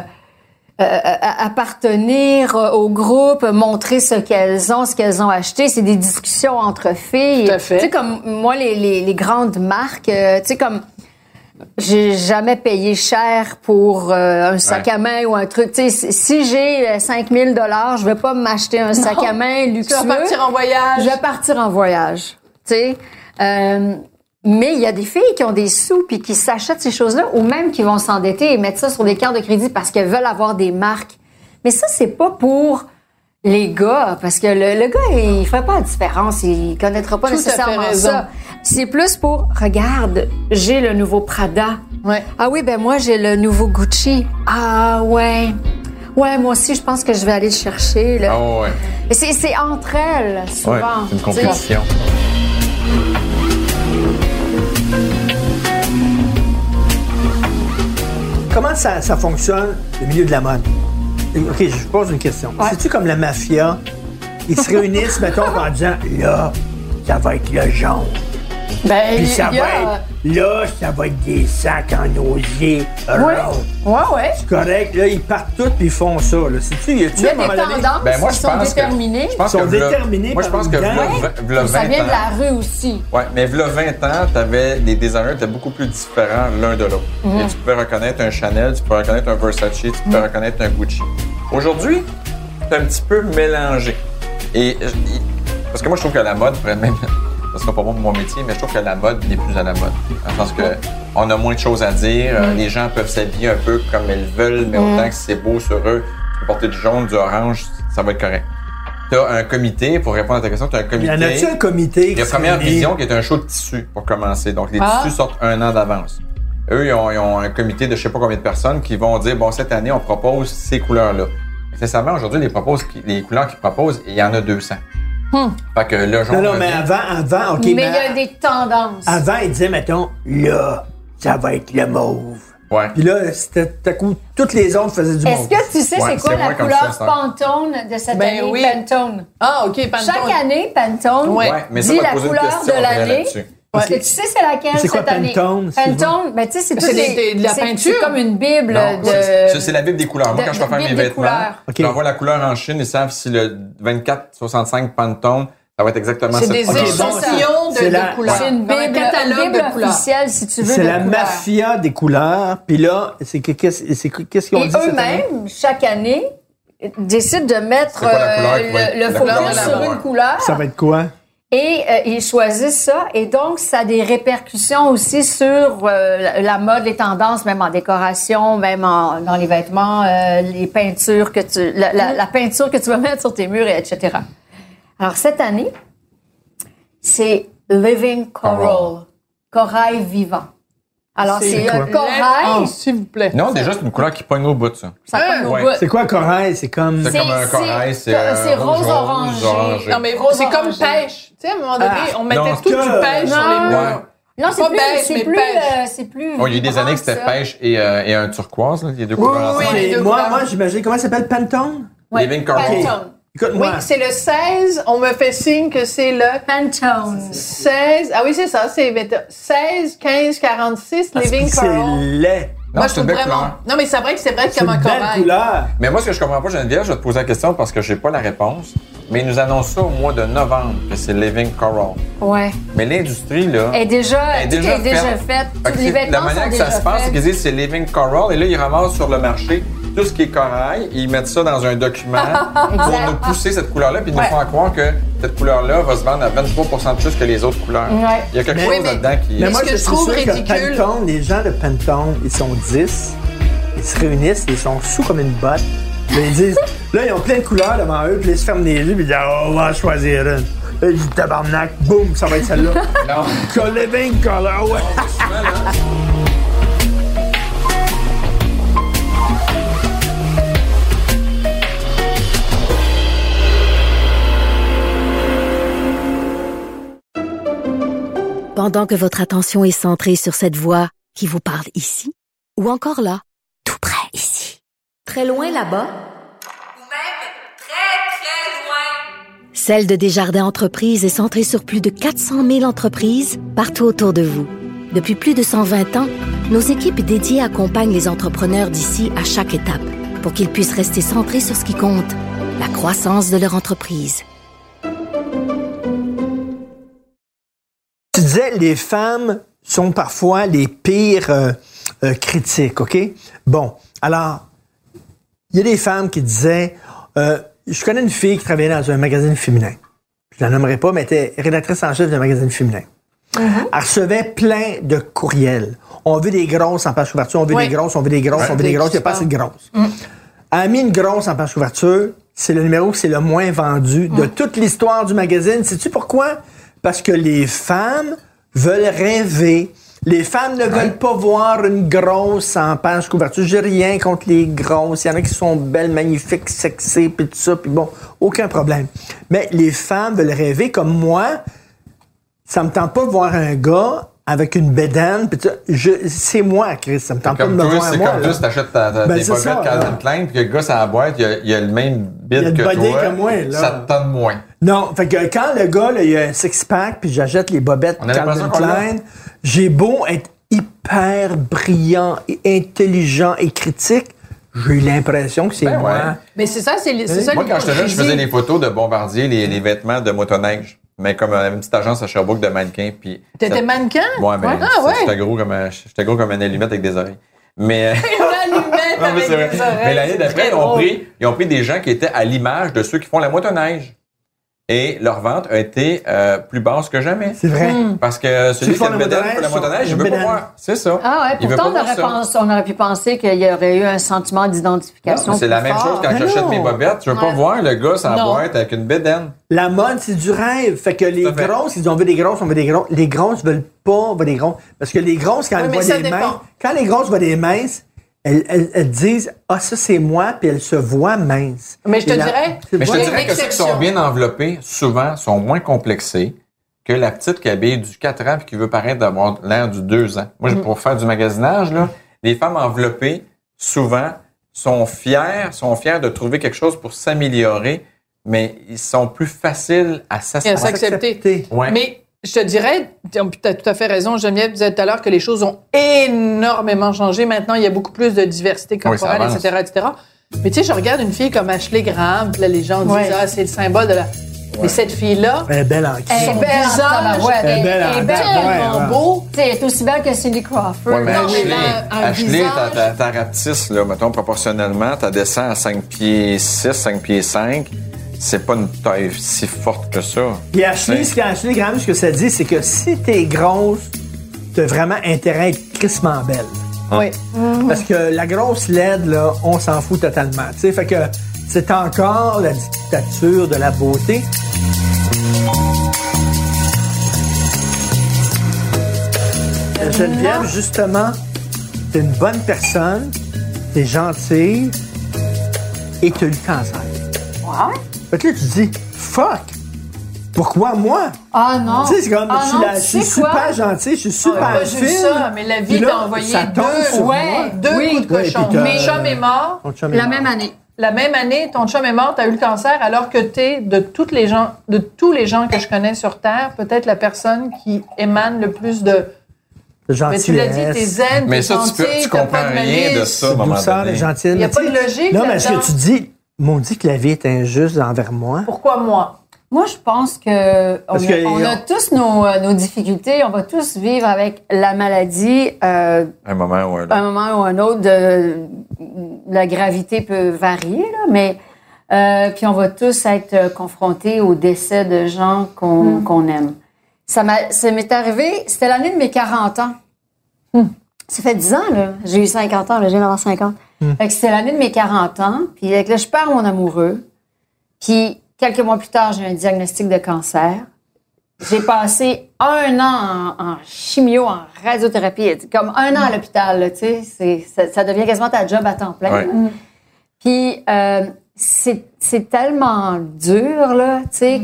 appartenir au groupe, montrer ce qu'elles ont acheté. C'est des discussions entre filles.
Tout à fait.
Tu sais, comme moi, les grandes marques, tu sais, comme... J'ai jamais payé cher pour un sac à main ou un truc. Tu sais, si j'ai 5 000 $, je vais pas m'acheter un sac à main luxueux.
Tu vas partir en voyage.
Je vais partir en voyage. Tu sais, mais il y a des filles qui ont des sous puis qui s'achètent ces choses-là ou même qui vont s'endetter et mettre ça sur des cartes de crédit parce qu'elles veulent avoir des marques. Mais ça, c'est pas pour les gars, parce que le gars, il ferait pas la différence, il connaîtra pas
Tout à fait
nécessairement
raison.
ça. C'est plus pour, regarde, j'ai le nouveau Prada.
Ouais.
Ah oui, ben moi, j'ai le nouveau Gucci. Ah ouais. Ouais, moi aussi, je pense que je vais aller le chercher, là.
Ah ouais.
Mais c'est entre elles, souvent.
Ouais, c'est une
tu sais.
compétition.
Comment ça fonctionne, le milieu de la mode? OK, je vous pose une question.
Ouais.
C'est-tu comme la mafia? Ils se réunissent, mettons, en disant, là, ça va être le jaune.
Ben,
Puis ça va être, là, ça va être des sacs en osier rose.
Ouais.
C'est correct. Là, ils partent tous puis ils font ça. Là. Sais-tu,
Il y a des tendances
moi,
qui sont déterminées.
Je pense
Ils sont
que
déterminés
moi, je
par
pense
une
que
gang.
v'là 20
Ça vient de
ans.
la rue aussi.
Oui, mais v'là 20 ans, t'avais les designers étaient beaucoup plus différents l'un de l'autre. Et tu pouvais reconnaître un Chanel, tu pouvais reconnaître un Versace, tu pouvais reconnaître un Gucci. Aujourd'hui, c'est un petit peu mélangé. Parce que moi, je trouve que la mode pourrait même... Ce sera pas bon pour mon métier, mais je trouve que la mode n'est plus à la mode. Dans le sens que on a moins de choses à dire. Les gens peuvent s'habiller un peu comme ils veulent, mais autant que c'est beau sur eux, tu peux porter du jaune, du orange, ça va être correct. Tu as un comité, pour répondre à ta question, tu as un comité.
Il y en a-tu un comité?
Il y a Première Vision qui est un show de tissus pour commencer. Donc, les tissus sortent 1 an d'avance. Eux, ils ont un comité de je sais pas combien de personnes qui vont dire, bon, cette année, on propose ces couleurs-là. Sincèrement, aujourd'hui, les couleurs qu'ils proposent, il y en a 200. Fait que le jaune.
Non, mais avant, OK.
Mais il y a des tendances.
Avant, ils disaient, mettons, là, ça va être le mauve.
Ouais.
Puis là, c'était tout à coup, toutes les autres faisaient du mauve.
Est-ce que tu sais c'est quoi la couleur Pantone de cette année?
Oui.
Pantone.
Ah, OK, Pantone.
Chaque année, Pantone
mais ça
dit
va te
la
poser une
couleur
question
de l'année.
là-dessus.
Est-ce que tu sais c'est laquelle
C'est quoi
cette année?
Pantone?
Pantone, ben tu sais, c'est
de la peinture.
C'est comme une bible
Non,
de...
c'est la Bible des couleurs. Moi, quand je vais faire mes vêtements,
OK.
j'envoie la couleur en Chine, ils savent si le 2465 Pantone, ça va être exactement
C'est
ça.
des échantillons de couleurs.
C'est une
Un
bible,
catalogue de couleurs.
officielle, si tu veux,
C'est
de
la
couleurs.
mafia des couleurs. Puis là, qu'est-ce qu'ils ont
Et
dit cette année?
eux-mêmes, chaque année, décident de mettre
C'est quoi la couleur qui va être-
le
la
focus
couleur
sur
de la
une couleur.
Ça va être quoi?
Et ils choisissent ça. Et donc, ça a des répercussions aussi sur la mode, les tendances, même en décoration, même dans les vêtements, les peintures que la peinture que tu vas mettre sur tes murs, et etc. Alors, cette année, c'est Living Coral. Corail vivant. Alors, c'est un corail.
S'il vous plaît.
Non, déjà, c'est une couleur qui pogne au bout, ça.
Ça pogne au
Ouais.
bout.
C'est quoi corail? C'est comme...
C'est comme un corail, c'est
rose orangé.
Non, mais
Rose
c'est comme
orangé.
pêche. Tu sais, à un moment donné, on mettait
non,
tout du pêche sur les murs.
Non, c'est
Pas
plus,
beige,
c'est
mais
plus,
pêche.
c'est plus.
Oh, il y a eu des années que c'était
vibrant, ça.
pêche et un turquoise, là, les deux couleurs
oui,
ensemble.
les deux
moi,
couleurs.
j'imagine, comment ça s'appelle? Pantone?
Ouais.
Living Coral.
Pantone.
Écoute-moi.
Oui, c'est le 16. On me fait signe que c'est le
Pantone.
16. Ah oui, c'est ça. C'est 16, 15, 46, Living
C'est
Coral.
laid.
Non,
Moi, je
c'est une
trouve
belle
vraiment.
couleur.
Non, mais c'est vrai que c'est vrai
C'est
comme un
une belle
corail.
couleur.
Mais moi, ce que je comprends pas, Geneviève, je vais te poser la question parce que j'ai pas la réponse. Mais ils nous annoncent ça au mois de novembre, que c'est Living Coral.
Ouais.
Mais l'industrie, là.
Elle est déjà,
Elle
tout est déjà fait.
Fait
Tous
que
les vêtements
la manière
sont
que ça
déjà
se passe, c'est
faits.
qu'ils disent c'est Living Coral, et là, ils ramassent sur le marché tout ce qui est corail, et ils mettent ça dans un document pour nous pousser cette couleur-là, puis ils nous font croire que cette couleur-là va se vendre à 23% de plus que les autres couleurs.
Ouais.
Il y a quelque
Mais-
chose
mais-
là-dedans qui...
Mais moi,
ce que
je
je
suis
trouve
sûr
ridicule-
que Pantone, les gens de Pantone, ils sont 10. Ils se réunissent, ils sont sous comme une botte. Là, ils disent, là, ils ont plein de couleurs devant eux, puis ils se ferment les yeux, puis ils disent, oh, on va en choisir une. Là, ils disent, tabarnak, boum, ça va être celle-là.
Non.
Living Color, ouais.
Pendant que votre attention est centrée sur cette voix qui vous parle ici, ou encore là, tout près ici, très loin là-bas,
Ou même très, très loin.
Celle de Desjardins Entreprises est centrée sur plus de 400 000 entreprises partout autour de vous. Depuis plus de 120 ans, nos équipes dédiées accompagnent les entrepreneurs d'ici à chaque étape pour qu'ils puissent rester centrés sur ce qui compte, la croissance de leur entreprise.
Tu disais, les femmes sont parfois les pires critiques, OK? Bon, alors, il y a des femmes qui disaient, je connais une fille qui travaillait dans un magazine féminin. Je la nommerai pas, mais elle était rédactrice en chef d'un magazine féminin. Elle recevait plein de courriels. On veut des grosses en page couverture, on veut des grosses, on veut des grosses, on veut des grosses, il n'y a pas assez de grosses. Elle a mis une grosse en page couverture, c'est le numéro qui c'est le moins vendu de toute l'histoire du magazine. Sais-tu pourquoi? Parce que les femmes veulent rêver. Les femmes ne veulent pas voir une grosse en page couverture. J'ai rien contre les grosses. Il y en a qui sont belles, magnifiques, sexy, puis tout ça, puis bon, aucun problème. Mais les femmes veulent rêver comme moi. Ça me tente pas de voir un gars avec une bédaine, puis c'est moi, Chris, ça me tente pas de me voir
c'est
moi.
comme toi, si t'achètes tes bobettes Calvin Klein, puis que le gars, ça la boîte, il y a le même bide que toi,
moi, là.
ça te tente moins.
Non, fait que quand le gars, là, il a un six-pack, puis j'achète les bobettes Calvin Klein, j'ai beau être hyper brillant et intelligent et critique, j'ai l'impression que c'est moi.
Ouais.
Mais c'est ça, c'est ça.
Moi, quand j'étais jeune, je faisais des photos de Bombardier, les vêtements de motoneige. Mais comme une petite agence à Sherbrooke de mannequins.
T'étais mannequin?
Ouais, mais j'étais gros comme une allumette avec des oreilles. Mais
une allumette avec des oreilles.
Mais l'année d'après, ils ont pris des gens qui étaient à l'image de ceux qui font la motoneige. Et leur vente a été plus basse que jamais.
C'est vrai.
Parce que celui qui a une bédaine pour la motoneige, il veut pas voir. C'est ça.
Ah ouais, pourtant, on aurait pu penser qu'il y aurait eu un sentiment d'identification.
C'est la même chose quand j'achète mes bobettes. Je veux pas voir le gars sans boîte avec une bédaine.
La mode, c'est du rêve. Fait que les grosses, ils ont vu des grosses, on veut des grosses. Les grosses veulent pas voir des grosses. Parce que les grosses, quand elles voient des minces, quand les grosses voient des minces, elles disent « Ah, ça, c'est moi », puis elles se voient minces.
Mais je te dirais...
Mais je te dirais que ceux qui sont bien enveloppés, souvent, sont moins complexés que la petite qui habille du 4 ans puis qui veut paraître d'avoir l'air du 2 ans. Moi, pour faire du magasinage, là, les femmes enveloppées, souvent, sont fières de trouver quelque chose pour s'améliorer, mais ils sont plus faciles à
s'accepter.
Ouais.
Mais je te dirais, tu as tout à fait raison, Geneviève disait tout à l'heure que les choses ont énormément changé. Maintenant, il y a beaucoup plus de diversité corporelle, etc. Mais tu sais, je regarde une fille comme Ashley Graham, puis là, les gens disent « Ah, c'est le symbole de la... » Mais cette fille-là...
Elle est belle en qui.
Elle est belle en tabarouette. Elle est belle
beau.
Elle est aussi belle que Cindy Crawford.
Ouais, mais Ashley, ta rapetisse, là, mettons, proportionnellement, tu descends à 5 pieds 6, 5 pieds 5. C'est pas une taille si forte que ça.
Puis Ashley, Graham, ce que ça dit, c'est que si t'es grosse, t'as vraiment intérêt à être crissement belle.
Oui.
Parce que la grosse laide, là, on s'en fout totalement. Tu sais, fait que c'est encore la dictature de la beauté. Geneviève, justement, t'es une bonne personne, t'es gentille et t'as eu le cancer.
Ouais.
Fait que là, tu te dis, fuck! Pourquoi moi?
Ah non!
Tu sais, c'est comme, je suis super gentil, je suis super fine.
Pas juste ça, mais la vie t'a envoyé deux coups de cochon. Mon chum est mort.
La même année.
La même année, ton chum est mort, t'as eu le cancer, alors que t'es, de tous les gens que je connais sur Terre, peut-être la personne qui émane le plus de gentillesse. Mais tu l'as dit, t'es zen,
mais
t'es
ça,
gentil,
tu comprends rien de ça, à un moment donné.
Il
n'y a pas de logique
non, mais est-ce que tu dis, m'ont dit que la vie est injuste envers moi?
Pourquoi moi?
Moi, je pense que on a tous nos difficultés. On va tous vivre avec la maladie. Un
moment ou
un autre. La gravité peut varier, là, mais puis on va tous être confrontés au décès de gens qu'on aime. Ça m'est arrivé, c'était l'année de mes 40 ans. Ça fait 10 ans, là. J'ai eu 50 ans, là, je viens d'avoir 50. Fait que c'était l'année de mes 40 ans. Puis là, je perds mon amoureux. Puis quelques mois plus tard, j'ai un diagnostic de cancer. J'ai passé 1 an en chimio, en radiothérapie, comme 1 an à l'hôpital, là, tu sais. Ça devient quasiment ta job à temps plein.
Ouais.
Puis c'est tellement dur, là, tu sais,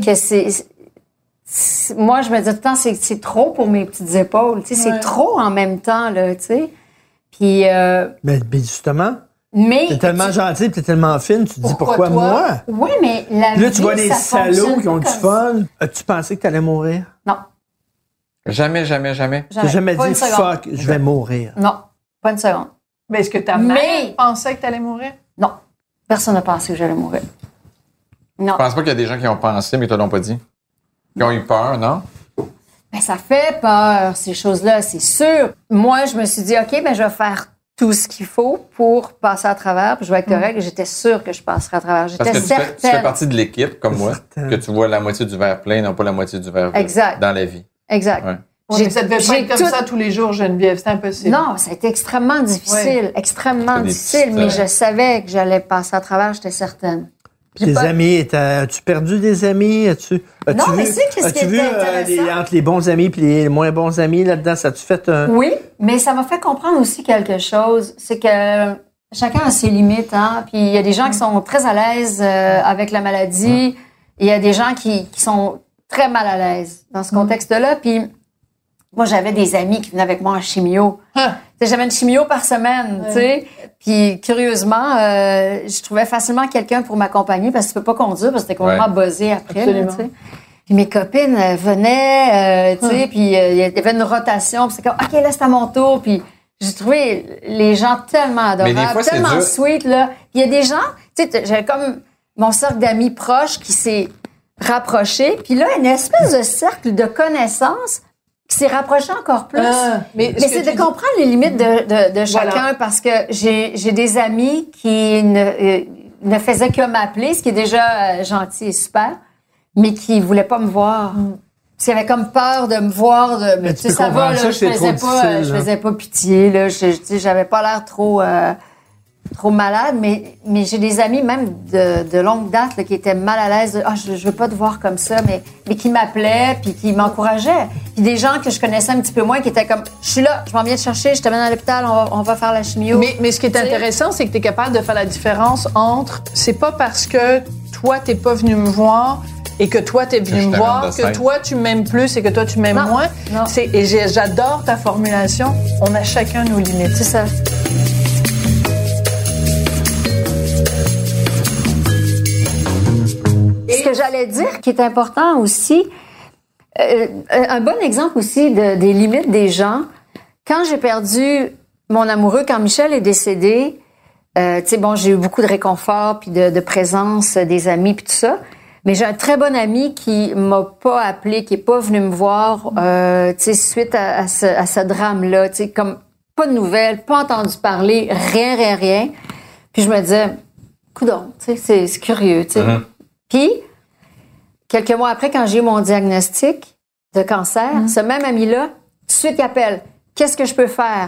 que moi, je me dis tout le temps, c'est trop pour mes petites épaules, tu sais, c'est trop en même temps, là, tu sais. Puis...
Mais justement...
Mais
t'es tellement gentille, t'es tellement fine, tu te dis pourquoi moi?
Oui, mais la vie,
là, tu vois des salauds qui ont du fun. As-tu pensé que t'allais mourir?
Non.
Jamais.
T'as jamais dit fuck, je vais mourir.
Non, pas une seconde.
Mais est-ce que ta mère pensait que t'allais mourir?
Non. Personne n'a pensé que j'allais mourir. Non.
Je pense pas qu'il y a des gens qui ont pensé, mais ils te l'ont pas dit. Qui ont eu peur, non?
Ben, ça fait peur, ces choses-là, c'est sûr. Moi, je me suis dit, OK, ben, je vais faire tout ce qu'il faut pour passer à travers, puis je vais être correct, et j'étais sûre que je passerais à travers. J'étais certaine.
Tu fais partie de l'équipe, comme moi, que tu vois la moitié du verre plein, non pas la moitié du verre vide dans la vie.
Exact.
Ouais. Mais ça devait pas être comme ça tous les jours, Geneviève, c'est impossible.
Non, ça a été extrêmement difficile, extrêmement difficile, mais je savais que j'allais passer à travers, j'étais certaine.
Tes amis, as-tu perdu des amis?
Non, mais c'est qu'est-ce qui était intéressant?
Entre les bons amis et les moins bons amis, là-dedans, ça a-tu fait un...
Oui, mais ça m'a fait comprendre aussi quelque chose. C'est que chacun a ses limites, hein. Puis il y a des gens qui sont très à l'aise avec la maladie. Et il y a des gens qui sont très mal à l'aise dans ce contexte-là. Puis Moi, j'avais des amis qui venaient avec moi en chimio. J'avais une chimio par semaine, tu sais. Puis, curieusement, je trouvais facilement quelqu'un pour m'accompagner parce que tu peux pas conduire parce que t'es complètement buzzé après, tu sais. Puis mes copines venaient, tu sais, puis il y avait une rotation. Puis c'est comme, OK, là, c'est à mon tour. Puis j'ai trouvé les gens tellement adorables,
fois,
tellement sweet, là. Puis il y a des gens, tu sais, j'avais comme mon cercle d'amis proches qui s'est rapproché. Puis là, une espèce de cercle de connaissances qui s'est rapproché encore plus. Mais c'est de comprendre les limites de chacun parce que j'ai des amis qui ne faisaient que m'appeler, ce qui est déjà gentil et super, mais qui voulaient pas me voir. Ils avaient comme peur de me voir. Mais tu sais, ça va, là, je faisais pas pitié, là. J'avais pas l'air trop malade, mais j'ai des amis, même de longue date, là, qui étaient mal à l'aise. Je veux pas te voir comme ça, mais qui m'appelaient, puis qui m'encourageaient. Puis des gens que je connaissais un petit peu moins, qui étaient comme, je suis là, je m'en viens te chercher, je t'amène à l'hôpital, on va faire la chimio.
Mais ce qui est intéressant, c'est que tu es capable de faire la différence entre, c'est pas parce que toi, t'es pas venu me voir et que toi, t'es venu me voir, que toi, tu m'aimes plus et que toi, tu m'aimes moins.
Non.
Et j'adore ta formulation. On a chacun nos limites.
C'est ça. Ce que j'allais dire qui est important aussi, un bon exemple aussi des limites des gens, quand j'ai perdu mon amoureux, quand Michel est décédé, tu sais, bon, j'ai eu beaucoup de réconfort puis de présence des amis puis tout ça. Mais j'ai un très bon ami qui m'a pas appelé, qui est pas venu me voir, tu sais, suite à ce drame-là, tu sais, comme pas de nouvelles, pas entendu parler, rien. Puis je me disais, coudonc, tu sais, c'est curieux, tu sais. Puis, quelques mois après, quand j'ai eu mon diagnostic de cancer, ce même ami-là, tout de suite, il appelle. Qu'est-ce que je peux faire?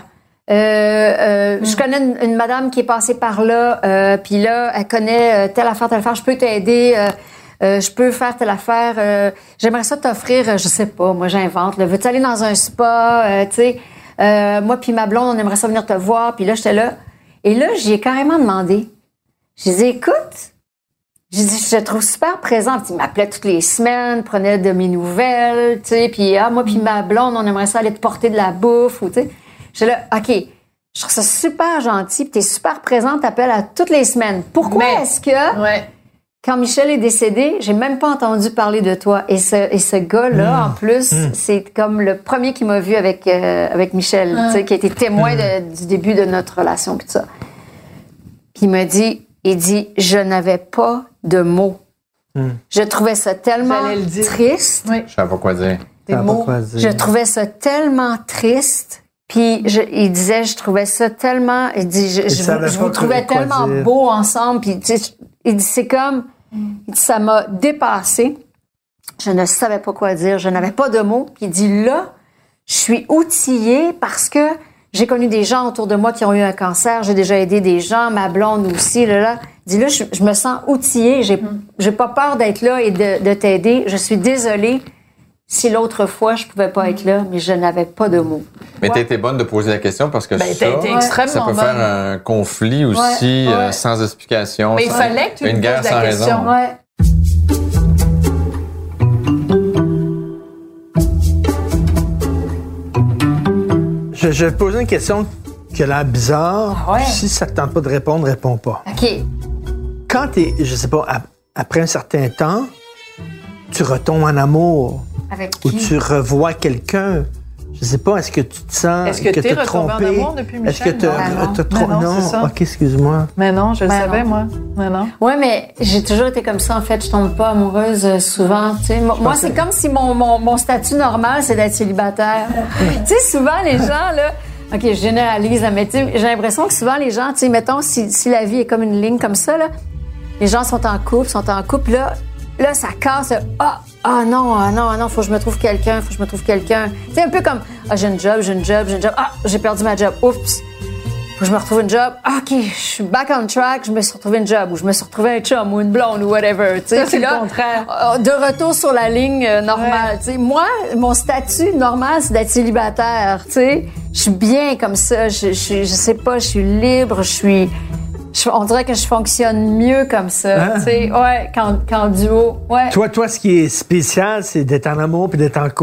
Je connais une madame qui est passée par là, puis là, elle connaît telle affaire, je peux t'aider, je peux faire telle affaire, j'aimerais ça t'offrir, je sais pas, moi j'invente, là, veux-tu aller dans un spa, tu sais, moi puis ma blonde, on aimerait ça venir te voir, puis là, j'étais là. Et là, j'y ai carrément demandé. J'ai dit, écoute, j'ai dit, je te trouve super présente. Il m'appelait toutes les semaines, prenait de mes nouvelles, tu sais, puis moi puis ma blonde, on aimerait ça aller te porter de la bouffe, ou tu sais. J'étais là, OK, je trouve ça super gentil, puis t'es super présente, t'appelles à toutes les semaines. Pourquoi est-ce que, quand Michel est décédé, j'ai même pas entendu parler de toi? Et ce gars-là, en plus, c'est comme le premier qui m'a vu avec Michel, tu sais, qui a été témoin du début de notre relation, puis tout ça. Puis il dit, je n'avais pas de mots. Je trouvais ça tellement triste.
Je savais pas quoi dire.
Je trouvais ça tellement triste. Puis il disait, je trouvais ça tellement. Il dit, je vous trouvais tellement beau ensemble. Puis il dit, c'est comme, il dit, ça m'a dépassé. Je ne savais pas quoi dire. Je n'avais pas de mots. Puis il dit, là, je suis outillée parce que j'ai connu des gens autour de moi qui ont eu un cancer. J'ai déjà aidé des gens, ma blonde aussi. Là. Il dit, là, je me sens outillée. J'ai pas peur d'être là et de t'aider. Je suis désolée si l'autre fois, je pouvais pas être là, mais je n'avais pas de mots. Mais
t'as été bonne de poser la question parce que
ça
peut faire un conflit aussi sans explication.
Mais il fallait que tu
une guerre
poses
sans
la question.
raison.
Ouais.
Je vais te poser une question qui a l'air bizarre. Si ça te tente pas de répondre, réponds pas.
OK.
Quand t'es, je sais pas, après un certain temps, tu retombes en amour.
Avec qui?
Ou tu revois quelqu'un. Je sais pas, est-ce que tu te sens
est-ce que
t'es
retombé en amour depuis Michel?
Est-ce que t'as
trompé?
Non,
c'est ça.
OK, excuse-moi.
Mais non, je le savais, moi. Mais non.
Ouais, mais j'ai toujours été comme ça, en fait. Je tombe pas amoureuse souvent, tu sais. Moi, c'est comme si mon statut normal, c'est d'être célibataire. Tu sais, souvent, les gens, là... OK, je généralise, mais tu sais, j'ai l'impression que souvent, les gens, tu sais, mettons, si la vie est comme une ligne comme ça, là, les gens sont en couple, là, ça casse. Non, faut que je me trouve quelqu'un. C'est un peu comme, j'ai une job. J'ai perdu ma job. Oups. Faut que je me retrouve une job. OK, je suis back on track, je me suis retrouvé une job ou je me suis retrouvé un chum ou une blonde ou whatever.
Ça, c'est le contraire.
De retour sur la ligne normale. Ouais. Moi, mon statut normal, c'est d'être célibataire. T'sais. Je suis bien comme ça. Je sais pas, je suis libre, on dirait que je fonctionne mieux comme ça, tu sais, qu'en duo. Ouais.
Toi, ce qui est spécial, c'est d'être en amour puis d'être en couple.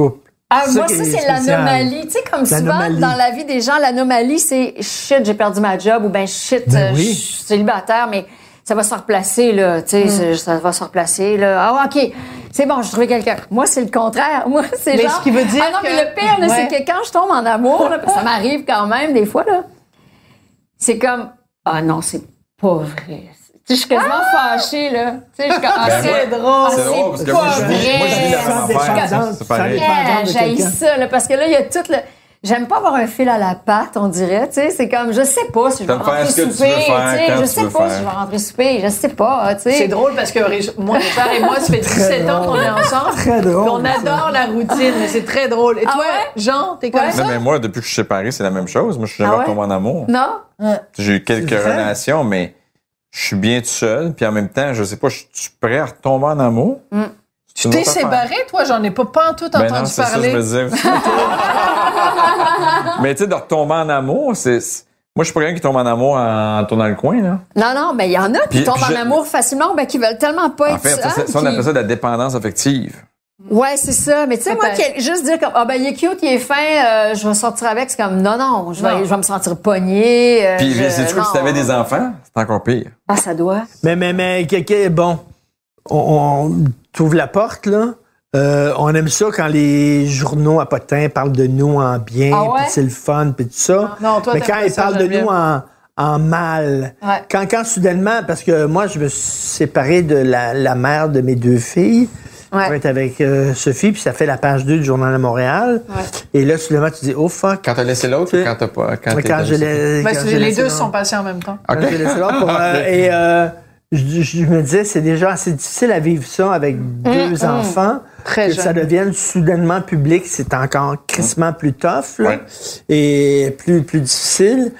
Moi, ça, c'est l'anomalie. Tu sais, comme souvent, dans la vie des gens, l'anomalie, c'est shit, j'ai perdu ma job ou ben shit, je suis célibataire, mais ça va se replacer, là. Tu sais, ça va se replacer, là. Ah, OK. C'est bon, j'ai trouvé quelqu'un. Moi, c'est le contraire. Moi, c'est
mais
genre...
ce qui veut dire
non, mais le pire, là, c'est que quand je tombe en amour, là, ça m'arrive quand même, des fois, là, c'est comme, ah non, c'est pas vrai. Je suis quasiment fâchée, là. Tu sais, je suis comme, c'est drôle.
C'est drôle, parce que moi, je vis la même affaire. C'est pareil.
J'haïs ça, là, parce que là, il y a tout le... J'aime pas avoir un fil à la patte, on dirait, tu sais. C'est comme, je sais pas si je vais rentrer souper, tu sais. Je sais pas si je vais rentrer souper, je sais pas, tu sais.
C'est drôle parce que moi, Richard et moi, ça fait 17 ans qu'on est ensemble.
Très drôle.
On adore la routine, mais c'est très drôle. Et toi, Jean, t'es comme ça?
Non, mais moi, depuis que je suis séparé, c'est la même chose. Moi, je suis jamais retombé en amour.
Non?
J'ai eu quelques relations, mais je suis bien tout seul. Puis en même temps, je sais pas, je suis prêt à retomber en amour.
Tu t'es séparé, toi? J'en ai pas en tout entendu
non, c'est
parler.
Ça, je me disais aussi. Mais tu sais, de retomber en amour, moi, je suis pas quelqu'un qui tombe en amour en tournant le coin, là.
Non, mais il y en a qui tombent en amour facilement, ben, qui veulent tellement pas être
seuls. En fait, ça, on appelle ça de la dépendance affective.
Ouais, c'est ça. Mais tu sais, moi, juste dire comme, il est cute, il est fin, je vais sortir avec, c'est comme, non, je vais me sentir pognée.
Puis, c'est-tu que si t'avais des enfants, c'est encore pire.
Ah, ça doit.
Mais, bon, on t'ouvre la porte, là. On aime ça quand les journaux à potins parlent de nous en bien, puis c'est le fun, puis tout ça.
Non, toi,
mais quand ils parlent de nous en mal, quand soudainement, parce que moi, je me suis séparé de la mère de mes 2 filles, pour être avec Sophie, puis ça fait la page 2 du Journal de Montréal. Et là, soudainement, tu dis, oh fuck.
Quand t'as laissé l'autre ou quand t'as pas... Quand
les deux sont passés en même temps.
Quand j'ai laissé l'autre je me disais, c'est déjà assez difficile à vivre ça avec 2 enfants.
Très
que
jeune.
ça devienne soudainement public, c'est encore crissement plus tough là, et plus difficile.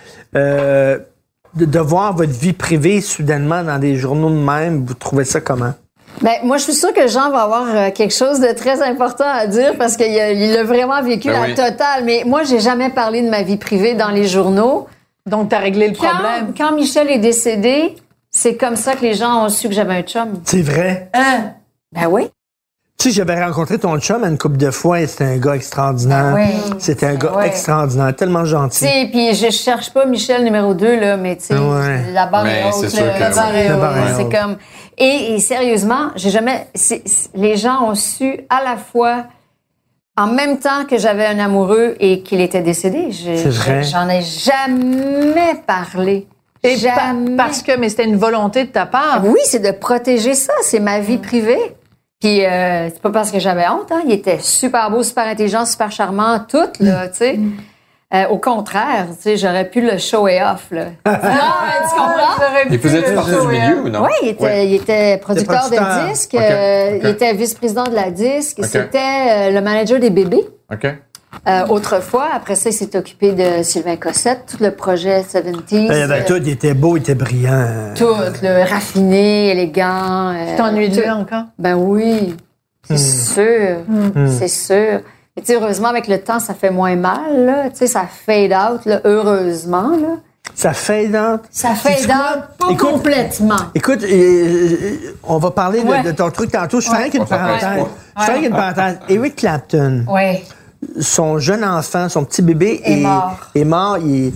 De voir votre vie privée soudainement dans des journaux de même, vous trouvez ça comment?
Ben, moi, je suis sûre que Jean va avoir quelque chose de très important à dire parce qu'il a vraiment vécu la totale. Mais moi, j'ai jamais parlé de ma vie privée dans les journaux.
Donc, t'as réglé le problème.
Quand Michel est décédé, c'est comme ça que les gens ont su que j'avais un chum.
C'est vrai?
Ben oui.
Tu sais, j'avais rencontré ton chum une couple de fois et c'était un gars extraordinaire. C'était un gars extraordinaire, tellement gentil.
Tu sais, puis je cherche pas Michel numéro 2, là, mais tu sais, la barre est haute. La barre est haute. C'est comme... Et sérieusement, les gens ont su à la fois, en même temps que j'avais un amoureux et qu'il était décédé. J'en ai jamais parlé.
Mais c'était une volonté de ta part.
Oui, c'est de protéger ça. C'est ma vie privée. Puis c'est pas parce que j'avais honte, hein. Il était super beau, super intelligent, super charmant, tout, là, tu sais. Au contraire, tu sais, j'aurais pu le show et off, là. Non, tu comprends?
Il faisait partie du milieu ou non?
Oui, il était producteur de disques. Il était vice-président de la disque. C'était le manager des bébés.
OK.
Autrefois, après ça, il s'est occupé de Sylvain Cossette, tout le projet 70s.
Tout, il était beau, il était brillant.
Tout, le raffiné, élégant.
Tu t'ennuies de lui encore?
Ben oui, c'est sûr. C'est sûr. Et tu sais, heureusement, avec le temps, ça fait moins mal, là. Tu sais, ça fade out, là, heureusement, là.
Ça fade out?
Ça fade out, pas complètement.
Écoute, on va parler de ton truc tantôt. Je ferai qu'une parenthèse. Eric Clapton.
Oui.
Son jeune enfant, son petit bébé est mort.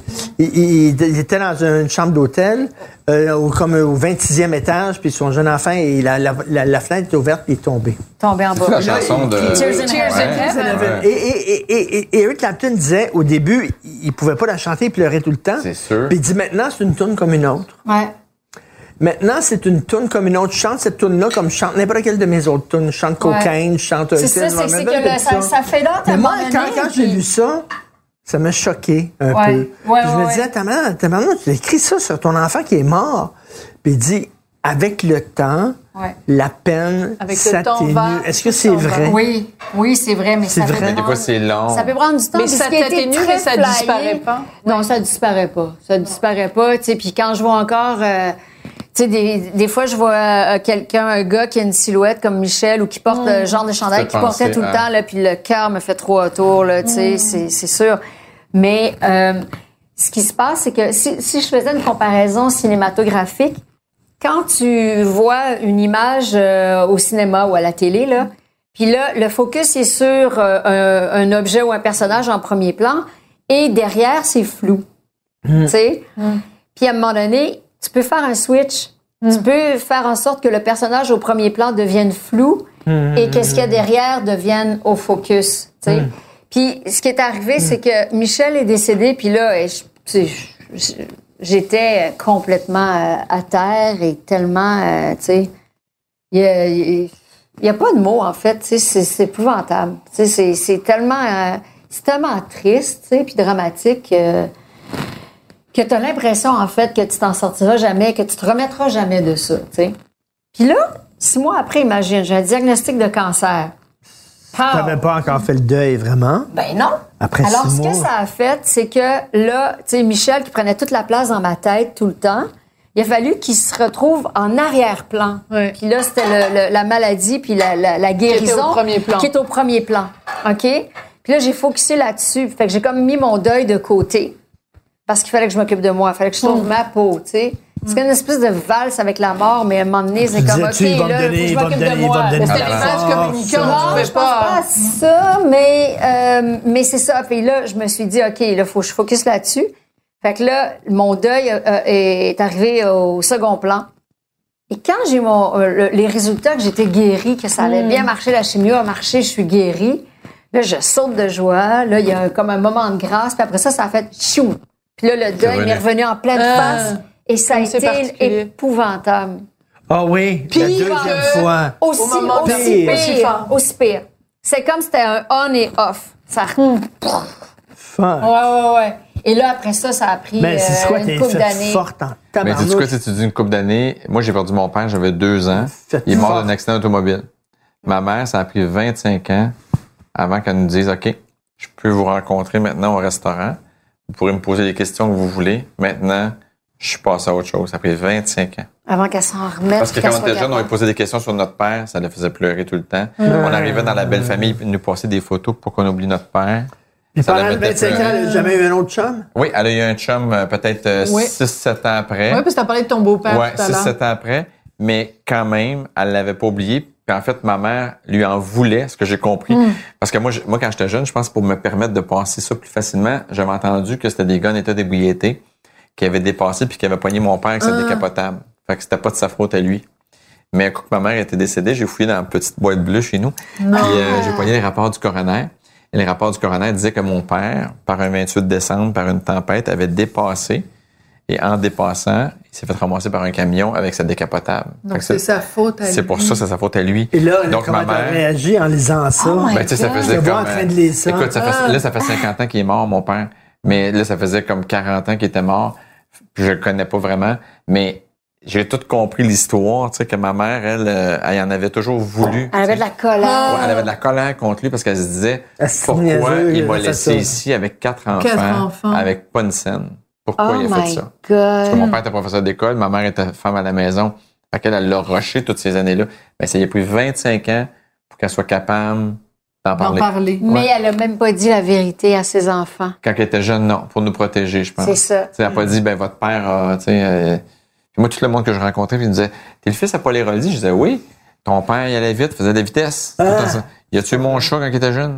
Il était dans une chambre d'hôtel, comme au 26e étage, puis son jeune enfant, la fenêtre était ouverte, puis il est tombé.
Tombé en bas.
C'est la chanson de...
Cheers in Heaven.
Et Eric Clapton disait, au début, il pouvait pas la chanter, il pleurait tout le temps.
C'est sûr.
Puis il dit, maintenant, c'est une tourne comme une autre.
Ouais.
Maintenant, c'est une tourne comme une autre. Je chante cette tourne-là comme je chante n'importe quelle de mes autres tounes. Je chante Cocaine, je chante...
C'est ça, c'est que ça fait longtemps.
Mais moi, quand j'ai lu ça m'a choqué un peu. Je me disais, ta maman, tu as écrit ça sur ton enfant qui est mort. Puis il dit, avec le temps, la peine s'atténue. Est-ce que c'est vrai?
Oui, c'est vrai, mais ça fait...
Des fois, c'est long.
Ça peut prendre du temps.
Mais ça t'atténue, mais ça disparaît pas.
Non, ça disparaît pas. Ça disparaît pas, tu sais. Puis quand je vois encore... tu sais, des fois, je vois un gars qui a une silhouette comme Michel ou qui porte le genre de chandail qu'il portait tout le temps, là, puis le cœur me fait trop autour, là, tu sais, c'est sûr. Mais ce qui se passe, c'est que si je faisais une comparaison cinématographique, quand tu vois une image au cinéma ou à la télé, là, Puis là, le focus est sur un objet ou un personnage en premier plan et derrière, c'est flou. Tu sais? Puis à un moment donné, tu peux faire un switch. Tu peux faire en sorte que le personnage au premier plan devienne flou et que ce qu'il y a derrière devienne au focus. Tu sais? Puis ce qui est arrivé, c'est que Michel est décédé, puis là, j'étais complètement à terre et tellement, tu sais, il y a pas de mots, en fait, tu sais, c'est épouvantable. Tu sais, c'est tellement triste, tu sais, puis dramatique que t'as l'impression, en fait, que tu t'en sortiras jamais, que tu te remettras jamais de ça, tu sais. Puis là, 6 mois après, imagine, j'ai un diagnostic de cancer.
T'avais pas encore fait le deuil, vraiment?
Ben non.
Après 6 mois.
Alors, ce que ça a fait, c'est que là, tu sais, Michel, qui prenait toute la place dans ma tête tout le temps, il a fallu qu'il se retrouve en arrière-plan.
Ouais.
Puis là, c'était la maladie puis la guérison
qui est au premier plan.
OK? Puis là, j'ai focusé là-dessus. Fait que j'ai comme mis mon deuil de côté parce qu'il fallait que je m'occupe de moi. Il fallait que je sauve ma peau, tu sais. C'est comme une espèce de valse avec la mort, mais à un moment donné, c'est comme, OK, là, faut que je m'occupe de moi.
C'était l'image communicante, tu
je pense pas à ça, mais c'est ça. Puis là, je me suis dit, OK, là, faut que je focus là-dessus. Fait que là, mon deuil est arrivé au second plan. Et quand j'ai les résultats que j'étais guérie, que ça allait bien marcher, la chimio a marché, je suis guérie, là, je saute de joie. Là, il y a comme un moment de grâce. Puis après ça a fait tchou. Puis là, le deuil m'est revenu en pleine face. Et ça a été épouvantable.
Ah oui, la deuxième fois.
Aussi pire. C'est comme si c'était un on et off. Ça Ouais. Et là, après ça a pris une couple d'années.
Forte en
mais dis-tu quoi, si tu dis une couple d'années? Moi, j'ai perdu mon père, j'avais 2 ans. Il est mort d'un accident automobile. Ma mère, ça a pris 25 ans avant qu'elle nous dise, OK, je peux vous rencontrer maintenant au restaurant. Vous pourrez me poser les questions que vous voulez. Maintenant, je suis passé à autre chose. Ça a pris 25 ans.
Avant qu'elle s'en remette.
Parce que quand on était jeune, on lui posait des questions sur notre père. Ça le faisait pleurer tout le temps. On arrivait dans la belle famille, il nous passait des photos pour qu'on oublie notre père.
Et pendant 25 ans, elle n'a jamais eu un autre chum?
Oui, elle a eu un chum peut-être 6-7 ans après.
Oui, parce que tu as parlé de ton beau-père
tout à l'heure. 6-7 ans après. Mais quand même, elle l'avait pas oublié. Puis en fait, ma mère lui en voulait, ce que j'ai compris. Parce que moi, quand j'étais jeune, je pense pour me permettre de passer ça plus facilement, j'avais entendu que c'était des gars en état d'ébriété qui avaient dépassé puis qui avaient pogné mon père avec sa décapotable. Fait que c'était pas de sa faute à lui. Mais quand ma mère était décédée, j'ai fouillé dans une petite boîte bleue chez nous. Puis j'ai pogné les rapports du coroner. Et les rapports du coroner disaient que mon père, par un 28 décembre, par une tempête, avait dépassé. Et en dépassant, il s'est fait ramasser par un camion avec sa décapotable.
Donc c'est sa faute à lui.
C'est pour ça, c'est sa faute à lui.
Et là,
donc
comment t'as réagi en lisant ça?
Tu sais, ça faisait comme...
en train de lire ça.
Écoute, là, ça fait 50 ans qu'il est mort, mon père. Mais là, ça faisait comme 40 ans qu'il était mort. Puis je le connais pas vraiment. Mais j'ai tout compris l'histoire, tu sais, que ma mère, elle en avait toujours voulu.
Elle avait de la colère.
Ouais, elle avait de la colère contre lui parce qu'elle se disait, pourquoi il m'a laissé ici avec 4 enfants, avec pas une scène? Pourquoi il a fait ça?
God.
Parce que mon père était professeur d'école, ma mère était femme à la maison. Fait qu'elle, elle l'a rushé toutes ces années-là. Ben, ça y a pris 25 ans pour qu'elle soit capable d'en parler.
Mais elle a même pas dit la vérité à ses enfants.
Quand elle était jeune, non, pour nous protéger, je pense.
C'est ça.
Elle n'a pas dit, ben, votre père a, tu sais, puis moi, tout le monde que je rencontrais, il me disait, t'es le fils à Paul Héroldi? Je disais, oui. Ton père, il allait vite, faisait de la vitesse. Il a tué mon chat quand il était jeune.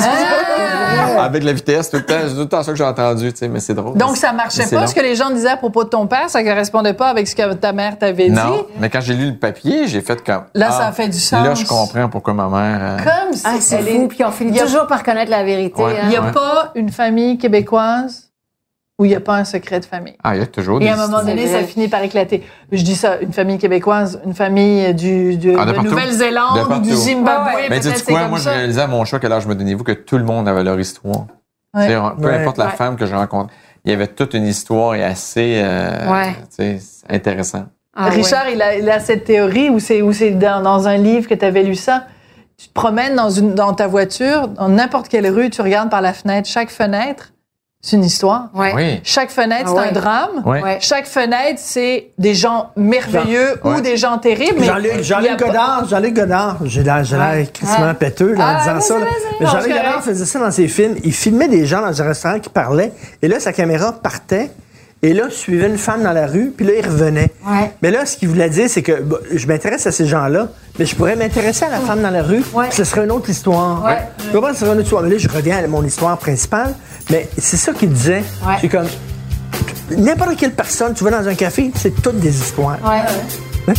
Avec la vitesse, tout le temps. C'est tout le temps ça que j'ai entendu, tu sais, mais c'est drôle.
Donc, ça marchait pas. Ce que les gens disaient à propos de ton père, ça correspondait pas avec ce que ta mère t'avait dit.
Non, mais quand j'ai lu le papier, j'ai fait comme...
Là, ça a fait du sens.
Là, je comprends pourquoi ma mère...
Comme si
c'est fou, puis on finit toujours par connaître la vérité.
Ouais.
Hein?
Il n'y a pas une famille québécoise où il n'y a pas un secret de famille.
Ah, il y a toujours des...
Et à un moment donné, ça finit par éclater. Je dis ça, une famille québécoise, une famille de Nouvelle-Zélande ou du Zimbabwe.
Mais dis-tu quoi, moi, je réalisais à mon choix, quel âge me donnez-vous, que tout le monde avait leur histoire. Peu importe la femme que je rencontre, il y avait toute une histoire et assez intéressant.
Richard, il a cette théorie où c'est dans un livre que tu avais lu ça. Tu te promènes dans ta voiture, dans n'importe quelle rue, tu regardes par la fenêtre. Chaque fenêtre, c'est une histoire.
Oui.
Chaque fenêtre, c'est un drame.
Oui.
Chaque fenêtre, c'est des gens merveilleux ou des gens terribles.
Jean-Luc Godard, j'ai l'air crissement péteux en disant ça. Mais Jean-Luc Godard faisait ça dans ses films. Il filmait des gens dans un restaurant qui parlaient. Et là, sa caméra partait. Et là, je suivais une femme dans la rue, puis là, il revenait.
Ouais.
Mais là, ce qu'il voulait dire, c'est que je m'intéresse à ces gens-là, mais je pourrais m'intéresser à la femme dans la rue, puis ce serait une autre histoire.
Ouais.
Tu comprends? Ce serait une autre histoire. Mais là, je reviens à mon histoire principale, mais c'est ça qu'il disait.
Ouais.
C'est comme, n'importe quelle personne, tu vas dans un café, c'est toutes des histoires.
Ouais.
Hein?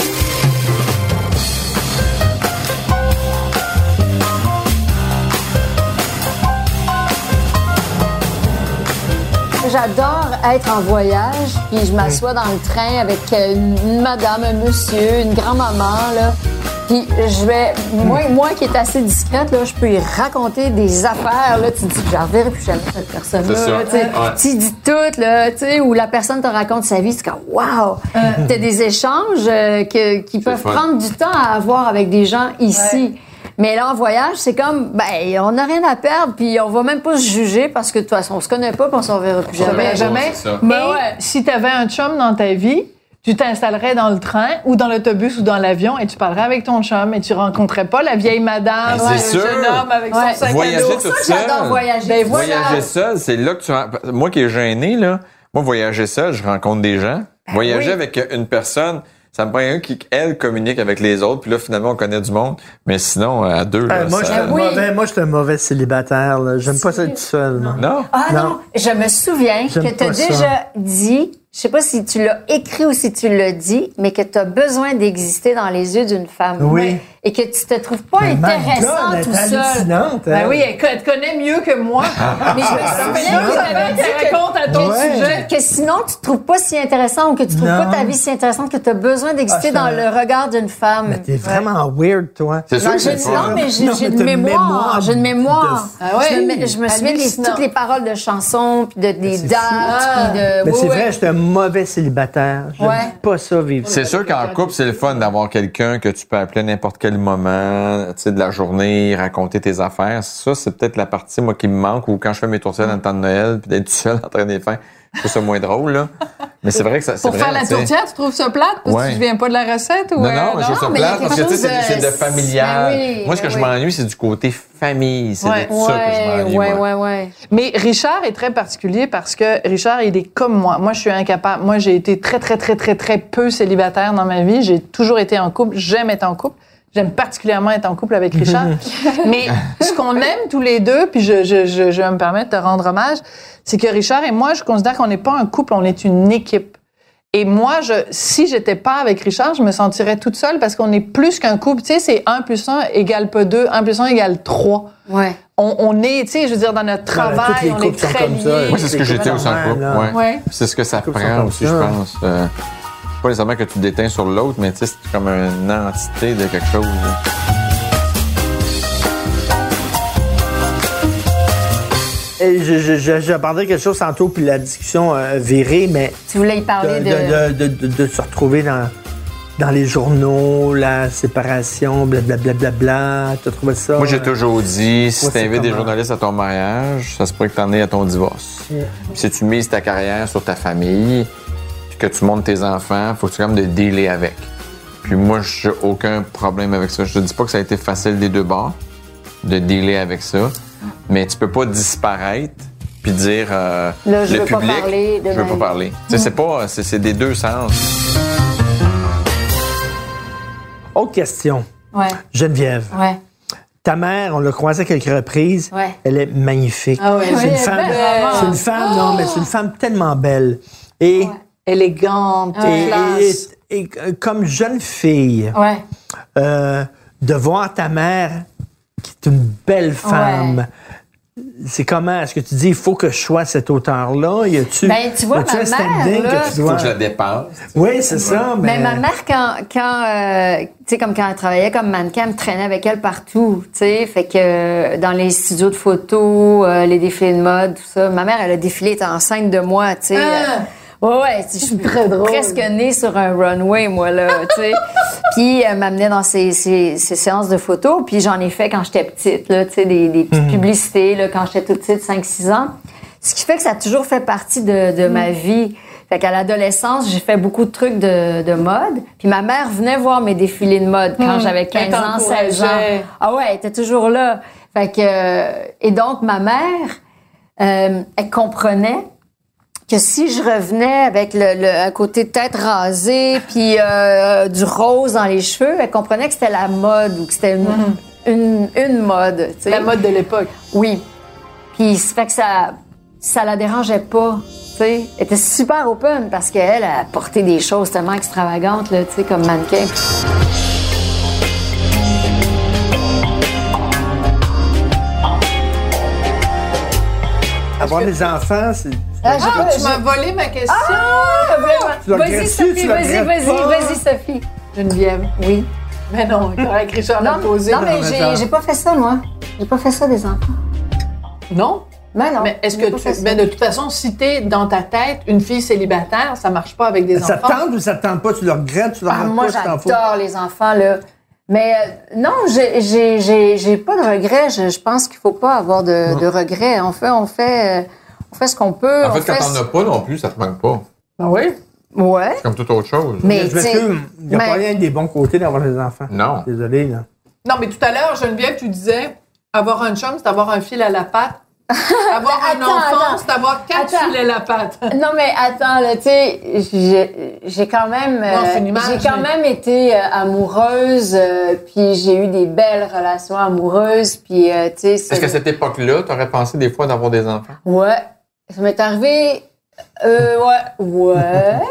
J'adore être en voyage, puis je m'assois dans le train avec une madame, un monsieur, une grand-maman, là. Puis je vais... Moi qui est assez discrète, là, je peux y raconter des affaires, là. Tu te dis, je ne reverrai plus jamais cette personne-là.
C'est
Là, tu dis tout, là, tu sais, où la personne te raconte sa vie, c'est comme, wow! T'as des échanges qui peuvent prendre du temps à avoir avec des gens ici. Ouais. Mais là, en voyage, c'est comme, on n'a rien à perdre, puis on va même pas se juger parce que de toute façon, on se connaît pas, puis on s'en verra plus jamais.
Mais si tu avais un chum dans ta vie, tu t'installerais dans le train ou dans l'autobus ou dans l'avion et tu parlerais avec ton chum et tu rencontrerais pas la vieille madame, le jeune homme avec son sac à dos.
Voyager tout seul.
J'adore voyager.
Voyager seul, c'est là que tu... Moi qui est gêné, là, voyager seul, je rencontre des gens. Voyager avec une personne... Ça me prend un qui, elle, communique avec les autres, puis là, finalement, on connaît du monde. Mais sinon, à deux, là,
moi, je suis un mauvais célibataire, là. J'aime pas ça être seul, non.
Non? Ah non, je me souviens que tu as déjà dit, je sais pas si tu l'as écrit ou si tu l'as dit, mais que tu as besoin d'exister dans les yeux d'une femme.
Oui.
Et que tu te trouves pas intéressant tout seul.
Oui, elle te connaît mieux que moi.
Mais je me souviens
qu'elle raconte à ton sujet.
Que sinon, tu te trouves pas si intéressant ou que tu trouves pas ta vie si intéressante que tu as besoin d'exister dans le regard d'une femme.
Mais t'es vraiment weird, toi.
C'est sûr
non, mais j'ai une mémoire. J'ai une mémoire. Je me souviens de toutes les paroles de chansons, puis des dates.
Mais c'est vrai, j'étais un mauvais célibataire. J'aime pas ça, vivre.
C'est sûr qu'en couple, c'est le fun d'avoir quelqu'un que tu peux appeler n'importe quel moment, tu sais, de la journée, raconter tes affaires. Ça, c'est peut-être la partie, moi, qui me manque, ou quand je fais mes tourtières dans le temps de Noël, puis d'être tout seul en train de les faire. Je trouve ça moins drôle, là. Mais c'est vrai que ça, c'est
pour faire la tourtière, tu trouves ça plate? Parce que tu ne viens pas de la recette? Ou
non, je trouve ça plate parce que, tu sais, c'est de familial. Moi, ce que je m'ennuie, c'est du côté famille. C'est de ça que je m'ennuie.
Mais Richard est très particulier parce que Richard, il est comme moi. Moi, je suis incapable. Moi, j'ai été très, très, très, très, très peu célibataire dans ma vie. J'ai toujours été en couple. J'aime être en couple. J'aime particulièrement être en couple avec Richard. Mais ce qu'on aime tous les deux, puis je vais me permettre de rendre hommage, c'est que Richard et moi, je considère qu'on n'est pas un couple, on est une équipe. Et moi, si j'étais pas avec Richard, je me sentirais toute seule parce qu'on est plus qu'un couple. Tu sais, c'est 1 + 1 égale pas 2, 1 + 1 égale 3.
Ouais.
On est, tu sais, je veux dire, dans notre travail, on est très liés.
Moi, c'est ce que j'étais aussi en couple. Ouais. C'est ce que ça prend aussi, je pense. Pas nécessairement que tu déteins sur l'autre, mais tu sais, c'est comme une entité de quelque chose.
J'ai abordé quelque chose tantôt, puis la discussion virée, mais...
Tu voulais y parler
de se retrouver dans les journaux, la séparation, blablabla. T'as trouvé ça?
Moi, j'ai toujours dit, si t'invites des journalistes à ton mariage, ça se pourrait que t'en aies à ton divorce. Puis si tu mises ta carrière sur ta famille, puis que tu montes tes enfants, faut que tu aies quand même de dealer avec. Puis moi, j'ai aucun problème avec ça. Je te dis pas que ça a été facile des deux bords, de dealer avec ça. Mais tu peux pas disparaître puis dire
là,
le public,
je
veux pas parler. Tu sais, c'est des deux sens.
Autre question.
Ouais.
Geneviève.
Ouais.
Ta mère, on l'a croisée à quelques reprises.
Ouais.
Elle est magnifique.
Ah ouais.
C'est une femme, non, mais c'est une femme tellement belle et
élégante, classe.
Et comme jeune fille, de voir ta mère qui est une belle femme. C'est comment? Est-ce que tu dis, il faut que je sois cet auteur-là?
Tu vois, ma mère, là...
Il faut que je la dépasse.
Oui, c'est ça.
Mais ma mère, quand tu sais, comme quand elle travaillait comme mannequin, elle me traînait avec elle partout, tu sais. Fait que dans les studios de photos, les défilés de mode, tout ça, ma mère, elle a défilé, elle était enceinte de moi, tu sais. Ouais, je suis presque née sur un runway, moi, là, tu sais. Puis, elle m'amenait dans ces séances de photos, puis j'en ai fait quand j'étais petite, là, tu sais, des petites publicités, là, quand j'étais toute petite, 5-6 ans. Ce qui fait que ça a toujours fait partie de ma vie. Fait qu'à l'adolescence, j'ai fait beaucoup de trucs de mode. Puis ma mère venait voir mes défilés de mode quand j'avais 15 ans, 16 ans. Ah ouais, elle était toujours là. Fait que, et donc, ma mère, elle comprenait. que si je revenais avec un côté tête rasée puis du rose dans les cheveux, elle comprenait que c'était la mode ou que c'était une mode. T'sais.
La mode de l'époque.
Oui. Puis ça fait que ça la dérangeait pas. T'sais. Elle était super open parce qu'elle a porté des choses tellement extravagantes là, comme mannequin.
Avoir des enfants, c'est...
Tu m'as volé ma question.
Vas-y, Sophie, vas-y, Sophie.
Geneviève.
Oui.
Mais non, avec Richard l'a posé.
Non, mais j'ai pas fait ça, moi. J'ai pas fait ça des enfants.
Non?
Ben non.
Mais est-ce que de toute façon, si t'es dans ta tête une fille célibataire, ça marche pas avec des enfants?
Ça te tente ou ça te tente pas? Tu le regrettes? Tu le regrettes
moi,
pas?
j'adore les enfants, là. Mais non, j'ai pas de regrets. Je pense qu'il faut pas avoir de regrets. On fait ce qu'on peut.
En fait, quand t'en as pas non plus, ça te manque pas.
Ah oui?
Ouais.
C'est comme toute autre chose.
Mais
je m'excuse, il n'y a pas rien des bons côtés d'avoir des enfants.
Non.
Désolé, là.
Non, mais tout à l'heure, Geneviève, tu disais, avoir un chum, c'est avoir un fil à la patte. Avoir un enfant, c'est avoir 4 fils à la patte.
Non, mais attends, là, tu sais, j'ai quand même, été amoureuse, puis j'ai eu des belles relations amoureuses, puis, tu sais...
Est-ce qu'à cette époque-là, t'aurais pensé des fois d'avoir des enfants?
Ouais. Ça m'est arrivé... ouais.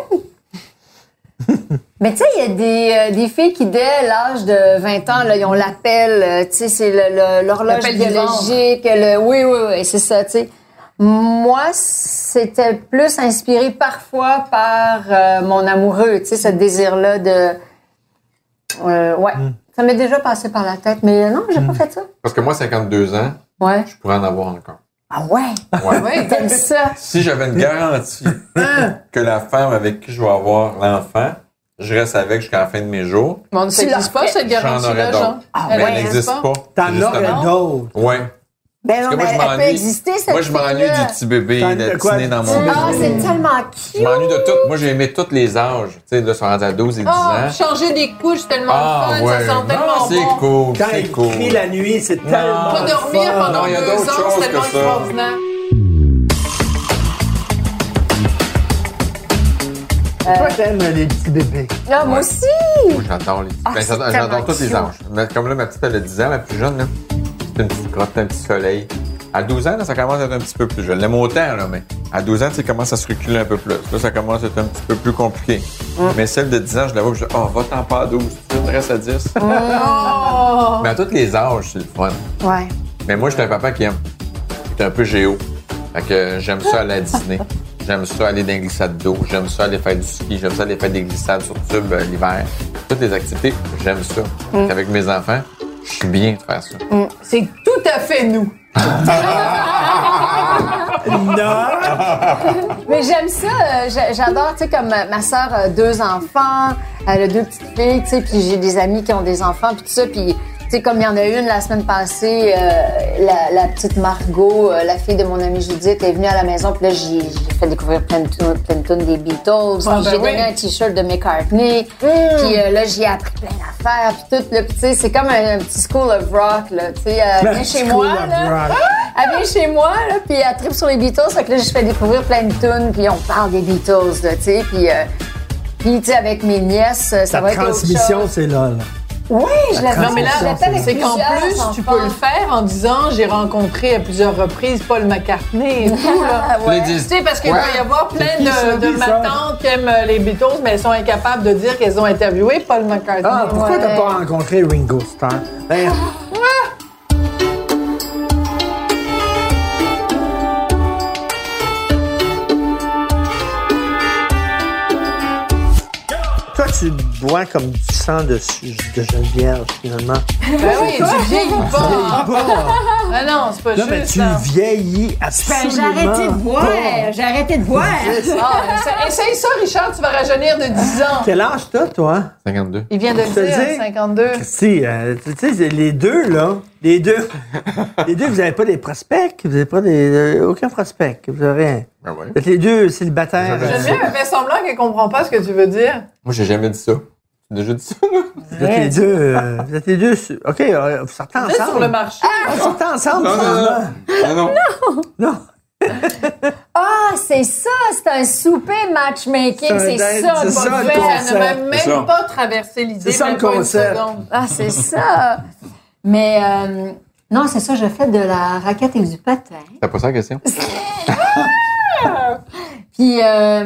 Mais tu sais, il y a des filles qui, dès l'âge de 20 ans, là, ils ont l'appel, tu sais, c'est l'horloge biologique. Oui, c'est ça, tu sais. Moi, c'était plus inspiré parfois par mon amoureux, tu sais, ce désir-là de... ouais, ça m'est déjà passé par la tête, mais non, j'ai pas fait ça.
Parce que moi, 52 ans, je pourrais en avoir encore.
Ah ouais?
Ouais.
T'aimes ça?
Si j'avais une garantie que la femme avec qui je vais avoir l'enfant, je reste avec jusqu'à la fin de mes jours.
Mais on ne s'existe pas, cette garantie-là, Jean.
Mais elle n'existe pas.
T'en aurais d'autres.
Oui.
Ben non, mais elle peut exister, cette
moi, je m'ennuie du petit bébé dessiné dans mon
Ah, c'est tellement cute!
Je m'ennuie de tout. Moi, j'ai aimé tous les âges. Tu sais, là, ils sont rendus à 12 et 10 ans.
Changer des couches, c'est tellement fun, ça sent tellement
c'est
bon.
Cool,
Quand
c'est
il
cool.
crie la nuit, c'est tellement
Pas dormir
fun.
pendant
il y a
2
d'autres
ans,
choses
c'est tellement
que ça.
extraordinaire.
Toi, t'aimes les petits bébés.
Ah, moi aussi!
Moi, j'adore les
Ah, c'est
j'adore
tellement
tous les
cute.
âges. Mais comme là, ma petite, elle a 10 ans, ma plus jeune, là. C'est une petite grotte, un petit soleil. À 12 ans, là, ça commence à être un petit peu plus. Je l'aime autant, là, mais à 12 ans, tu sais, commence à se reculer un peu plus. Là, ça commence à être un petit peu plus compliqué. Mais celle de 10 ans, je la vois, je dis, va-t'en pas à 12. Tu restes à 10. Mais à tous les âges, c'est le fun.
Ouais.
Mais moi, je suis un papa qui est un peu géo. Fait que j'aime ça aller à Disney. J'aime ça aller dans les glissades d'eau. J'aime ça aller faire du ski. J'aime ça aller faire des glissades sur tube l'hiver. Toutes les activités, j'aime ça. Avec mes enfants, je suis bien de faire ça.
C'est tout à fait nous.
Non!
Mais j'aime ça. J'adore, tu sais, comme ma sœur a 2 enfants, elle a 2 petites filles, tu sais, puis j'ai des amis qui ont des enfants, puis tout ça, puis... Tu sais, comme il y en a une la semaine passée, la petite Margot, la fille de mon amie Judith, est venue à la maison. Puis là, j'ai fait découvrir plein de tunes des Beatles. J'ai donné un T-shirt de McCartney. Puis là, j'ai appris plein d'affaires. Puis tout, là, puis tu sais, c'est comme un petit school of rock, là. Tu sais, elle vient chez moi, là. Elle vient chez moi, là, puis elle tripe sur les Beatles. Fait que là, je fais découvrir plein de tunes. Puis on parle des Beatles, là, tu sais. Puis tu sais, avec mes nièces, ça va être autre chose.
Ta transmission, c'est là.
Oui, je l'avais.
Non, mais là, c'est qu'en plus, tu peux le faire en disant j'ai rencontré à plusieurs reprises Paul McCartney et tout. Là.
Ouais.
Tu sais, parce qu'il doit y avoir plein de matantes qui aiment les Beatles, mais elles sont incapables de dire qu'elles ont interviewé Paul McCartney.
Ah, pourquoi t'as pas rencontré Ringo Starr? Ben, toi, tu bois comme du sang de Geneviève, finalement.
Ben oui, tu vieillis pas. Ah non, c'est pas
Non, mais
juste.
tu vieillis absolument.
J'ai arrêté de boire. J'ai arrêté de boire.
Essaye ça, Richard, tu vas rajeunir de 10 ans.
Quel âge t'as, toi?
52.
Il vient de le dire, 52.
Si, tu sais, les deux, là, les deux, vous n'avez pas des prospects, vous n'avez pas aucun prospect, vous avez rien.
Ben ouais.
Vous êtes les deux célibataires.
Geneviève, elle fait semblant qu'elle comprend pas ce que tu veux dire.
Moi, j'ai jamais dit ça. Tu as déjà dit ça, là?
Vous êtes les deux, OK, vous sortez
Vous êtes
ensemble.
sur le marché.
Vous sortez ensemble, finalement.
Non.
Non.
Ah, c'est ça, c'est un souper matchmaking, c'est ça le
concept.
concept.
Ça ne m'a même pas traversé l'idée,
C'est ça,
même
le
pas une
concept.
seconde.
Ah, c'est ça. Mais non, c'est ça, je fais de la raquette et du patin.
T'as pas ça la question?
Puis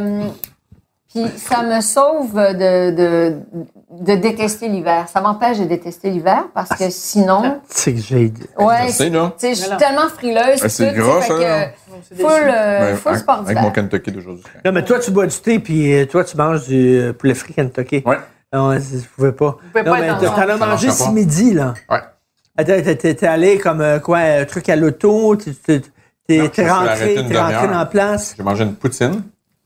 ça me sauve de détester l'hiver. Ça m'empêche de détester l'hiver parce que sinon...
C'est que j'ai...
Ouais,
sais, là.
tu sais, je suis tellement frileuse.
Ah, c'est
tout,
gras,
fait
ça,
que
là.
full sport
Avec
d'hiver.
mon Kentucky d'aujourd'hui.
Non, mais toi, tu bois du thé, puis toi, tu manges du poulet frit Kentucky.
Ouais.
Non, je pouvais pas.
pouvez
Non,
pas
mais
être
t'en
ensemble.
as mangé
marchera
ce
pas.
midi, là.
Ouais.
T'es allé comme, un truc à l'auto,
Non, je me suis arrêté une
t'es rentré
demi-heure.
dans la place.
J'ai mangé une poutine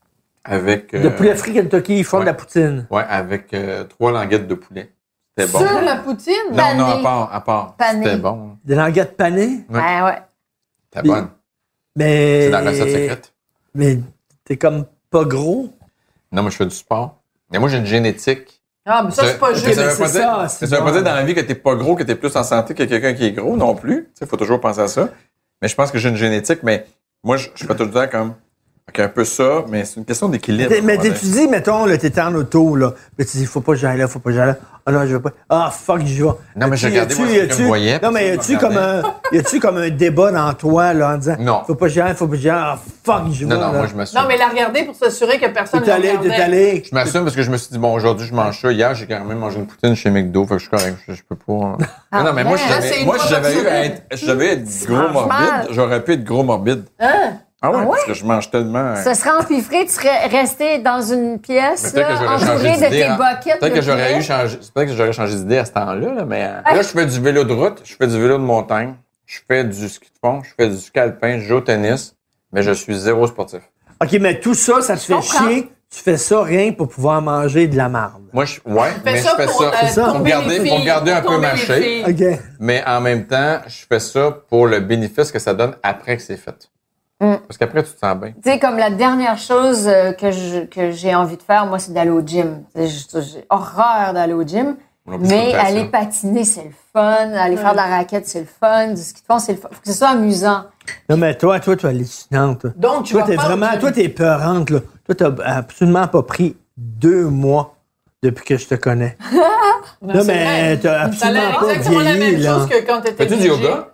avec...
De poulet frit Kentucky, ils font de la poutine.
Ouais, avec 3 languettes de poulet. C'était bon.
Sur la poutine?
Non, à part.
Pané.
C'était bon.
Des languettes panées.
Ouais.
Ouais.
C'était bonne.
Mais...
C'est dans la recette secrète.
Mais t'es comme pas gros.
Non, moi, je fais du sport. Mais moi, j'ai une génétique.
Ah, mais ça, c'est pas
Mais
juste.
mais
ça veut
c'est
pas
ça,
dire,
c'est
ça veut
bon.
pas dire dans la vie que t'es pas gros, que t'es plus en santé que quelqu'un qui est gros non plus. Il faut toujours penser à ça. Mais je pense que j'ai une génétique, mais moi, je fais tout le temps comme... OK, un peu ça, mais c'est une question d'équilibre.
Mais
on va
tu
dire.
dis, mettons, là, t'étais en auto, là. Mais tu dis, faut pas que j'aille là, faut pas que j'aille là. Ah non, je veux pas. Ah, fuck, j'y vais.
Non, mais j'ai regardé, moi,
Y-tu-
ce que me voyait,
Non, mais
puis
y a-tu comme un débat dans toi, là, en disant,
Non.
faut pas que j'y aille, faut pas que j'y aille. Ah, fuck, j'y vais.
Non,
là.
moi, je m'assume.
Non, mais la regarder pour s'assurer que personne ne
T'es
la
allé,
regardait.
t'es allé.
Je m'assume parce que je me suis dit, bon, aujourd'hui, je mange ça. Hier, j'ai quand même mangé une poutine chez McDo, fait que je suis correct. Je peux pas. Non, mais moi,
man.
C'est une
moi, si
fois
j'avais eu
par
à être, si j'avais être gros
mange
morbide,
mal.
j'aurais pu être gros morbide.
Hein?
Ah ouais, parce que je mange tellement.
Ce serait empiffré, tu serais resté dans une pièce,
Mais peut-être que
là,
j'aurais changé
entouré de
d'idée.
tes buckets.
Peut-être
de
que j'aurais
poulet.
eu changé. Peut-être que j'aurais changé d'idée à ce temps-là, là, mais là, je fais du vélo de route, je fais du vélo de montagne, je fais du ski de fond, je fais du ski alpin, je joue au tennis, mais je suis zéro sportif.
OK, mais tout ça, ça te fait
comprends.
chier. Tu fais ça rien pour pouvoir manger de la marde.
Moi, ouais, mais je fais
pour,
ça
pour
pour garder un peu ma shape.
OK.
Mais en même temps, je fais ça pour le bénéfice que ça donne après que c'est fait. Parce qu'après, tu te sens bien.
Tu sais, comme la dernière chose que j'ai envie de faire, moi, c'est d'aller au gym. J'ai horreur d'aller au gym.
Non plus, je
Mais
peux faire
aller
ça.
patiner, c'est le fun. Aller faire de la raquette, c'est le fun. Du ski de fond, c'est le fun. Faut que ce soit amusant.
Non, mais toi, tu es hallucinante. toi.
Donc, tu
Toi,
vas
t'es
pas au
vraiment,
gym.
toi, t'es peurante, là. Toi, t'as absolument pas pris 2 mois depuis que je te connais. Non,
c'est
mais
vrai.
t'as
Ça a
absolument
l'air
pas
exactement la
vieilli,
même
là.
chose que quand t'étais
Fais-tu du yoga?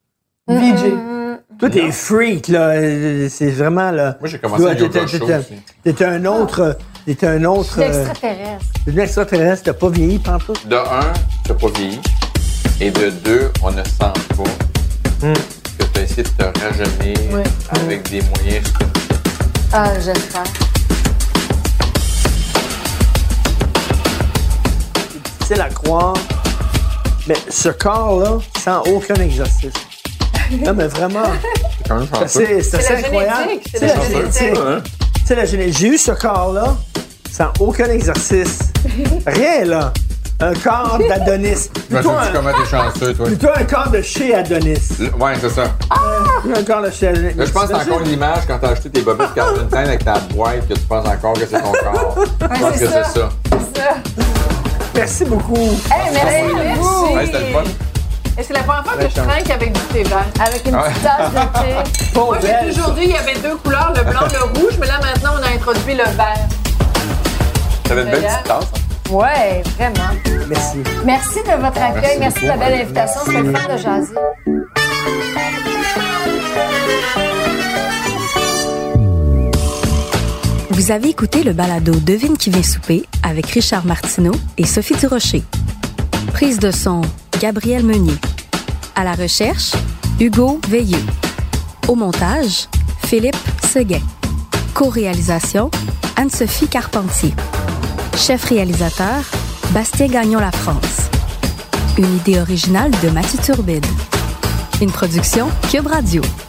VJ.
Toi, t'es freak, là. C'est vraiment, là.
Moi, j'ai commencé
Toi,
le yoga
t'étais-
chaud
t'étais-
aussi.
T'étais un autre. T'étais un autre.
C'est extraterrestre.
T'es un extraterrestre, t'as pas vieilli, pantoute.
De un, tu n'as pas vieilli. Et de deux, on ne sent pas que tu as essayé de te rajeunir avec des moyens superficiels.
Ah, j'espère.
C'est difficile à croire. Mais ce corps-là, sans aucun exercice. Non, mais vraiment.
C'est quand même chanceux.
C'est assez
la
incroyable.
génétique, c'est la génétique.
Hein?
C'est la génétique. J'ai eu ce corps-là sans aucun exercice. Rien, là. Un corps d'Adonis. Plutôt
Imagine-tu comment t'es chanceux, toi?
plutôt un corps de chez Adonis.
Ouais, c'est ça.
Un corps de chez Adonis.
Là, je pense que c'est encore une image quand t'as acheté tes bobettes Calvin Klein avec ta boîte que tu penses encore que c'est ton corps. Je pense
c'est
que
ça.
c'est ça.
C'est ça.
Merci beaucoup.
Hey, merci beaucoup.
Ouais, c'était le fun.
Et c'est la première fois que je trinque avec du thé vert.
Avec une petite tasse de thé.
Moi, j'ai toujours dit qu'il y avait 2 couleurs, le blanc, le rouge, mais là, maintenant, on a introduit le vert.
T'avais une belle
Regarde.
petite tasse. Hein?
Ouais, vraiment.
Merci.
Merci de votre accueil. Merci de la belle invitation. C'était le fun de jaser.
Vous avez écouté le balado Devine qui vient souper avec Richard Martineau et Sophie Durocher. Prise de son, Gabriel Meunier. À la recherche, Hugo Veilleux. Au montage, Philippe Seguin. Co-réalisation, Anne-Sophie Carpentier. Chef réalisateur, Bastien Gagnon-La France. Une idée originale de Mathieu Turbide. Une production Cube Radio.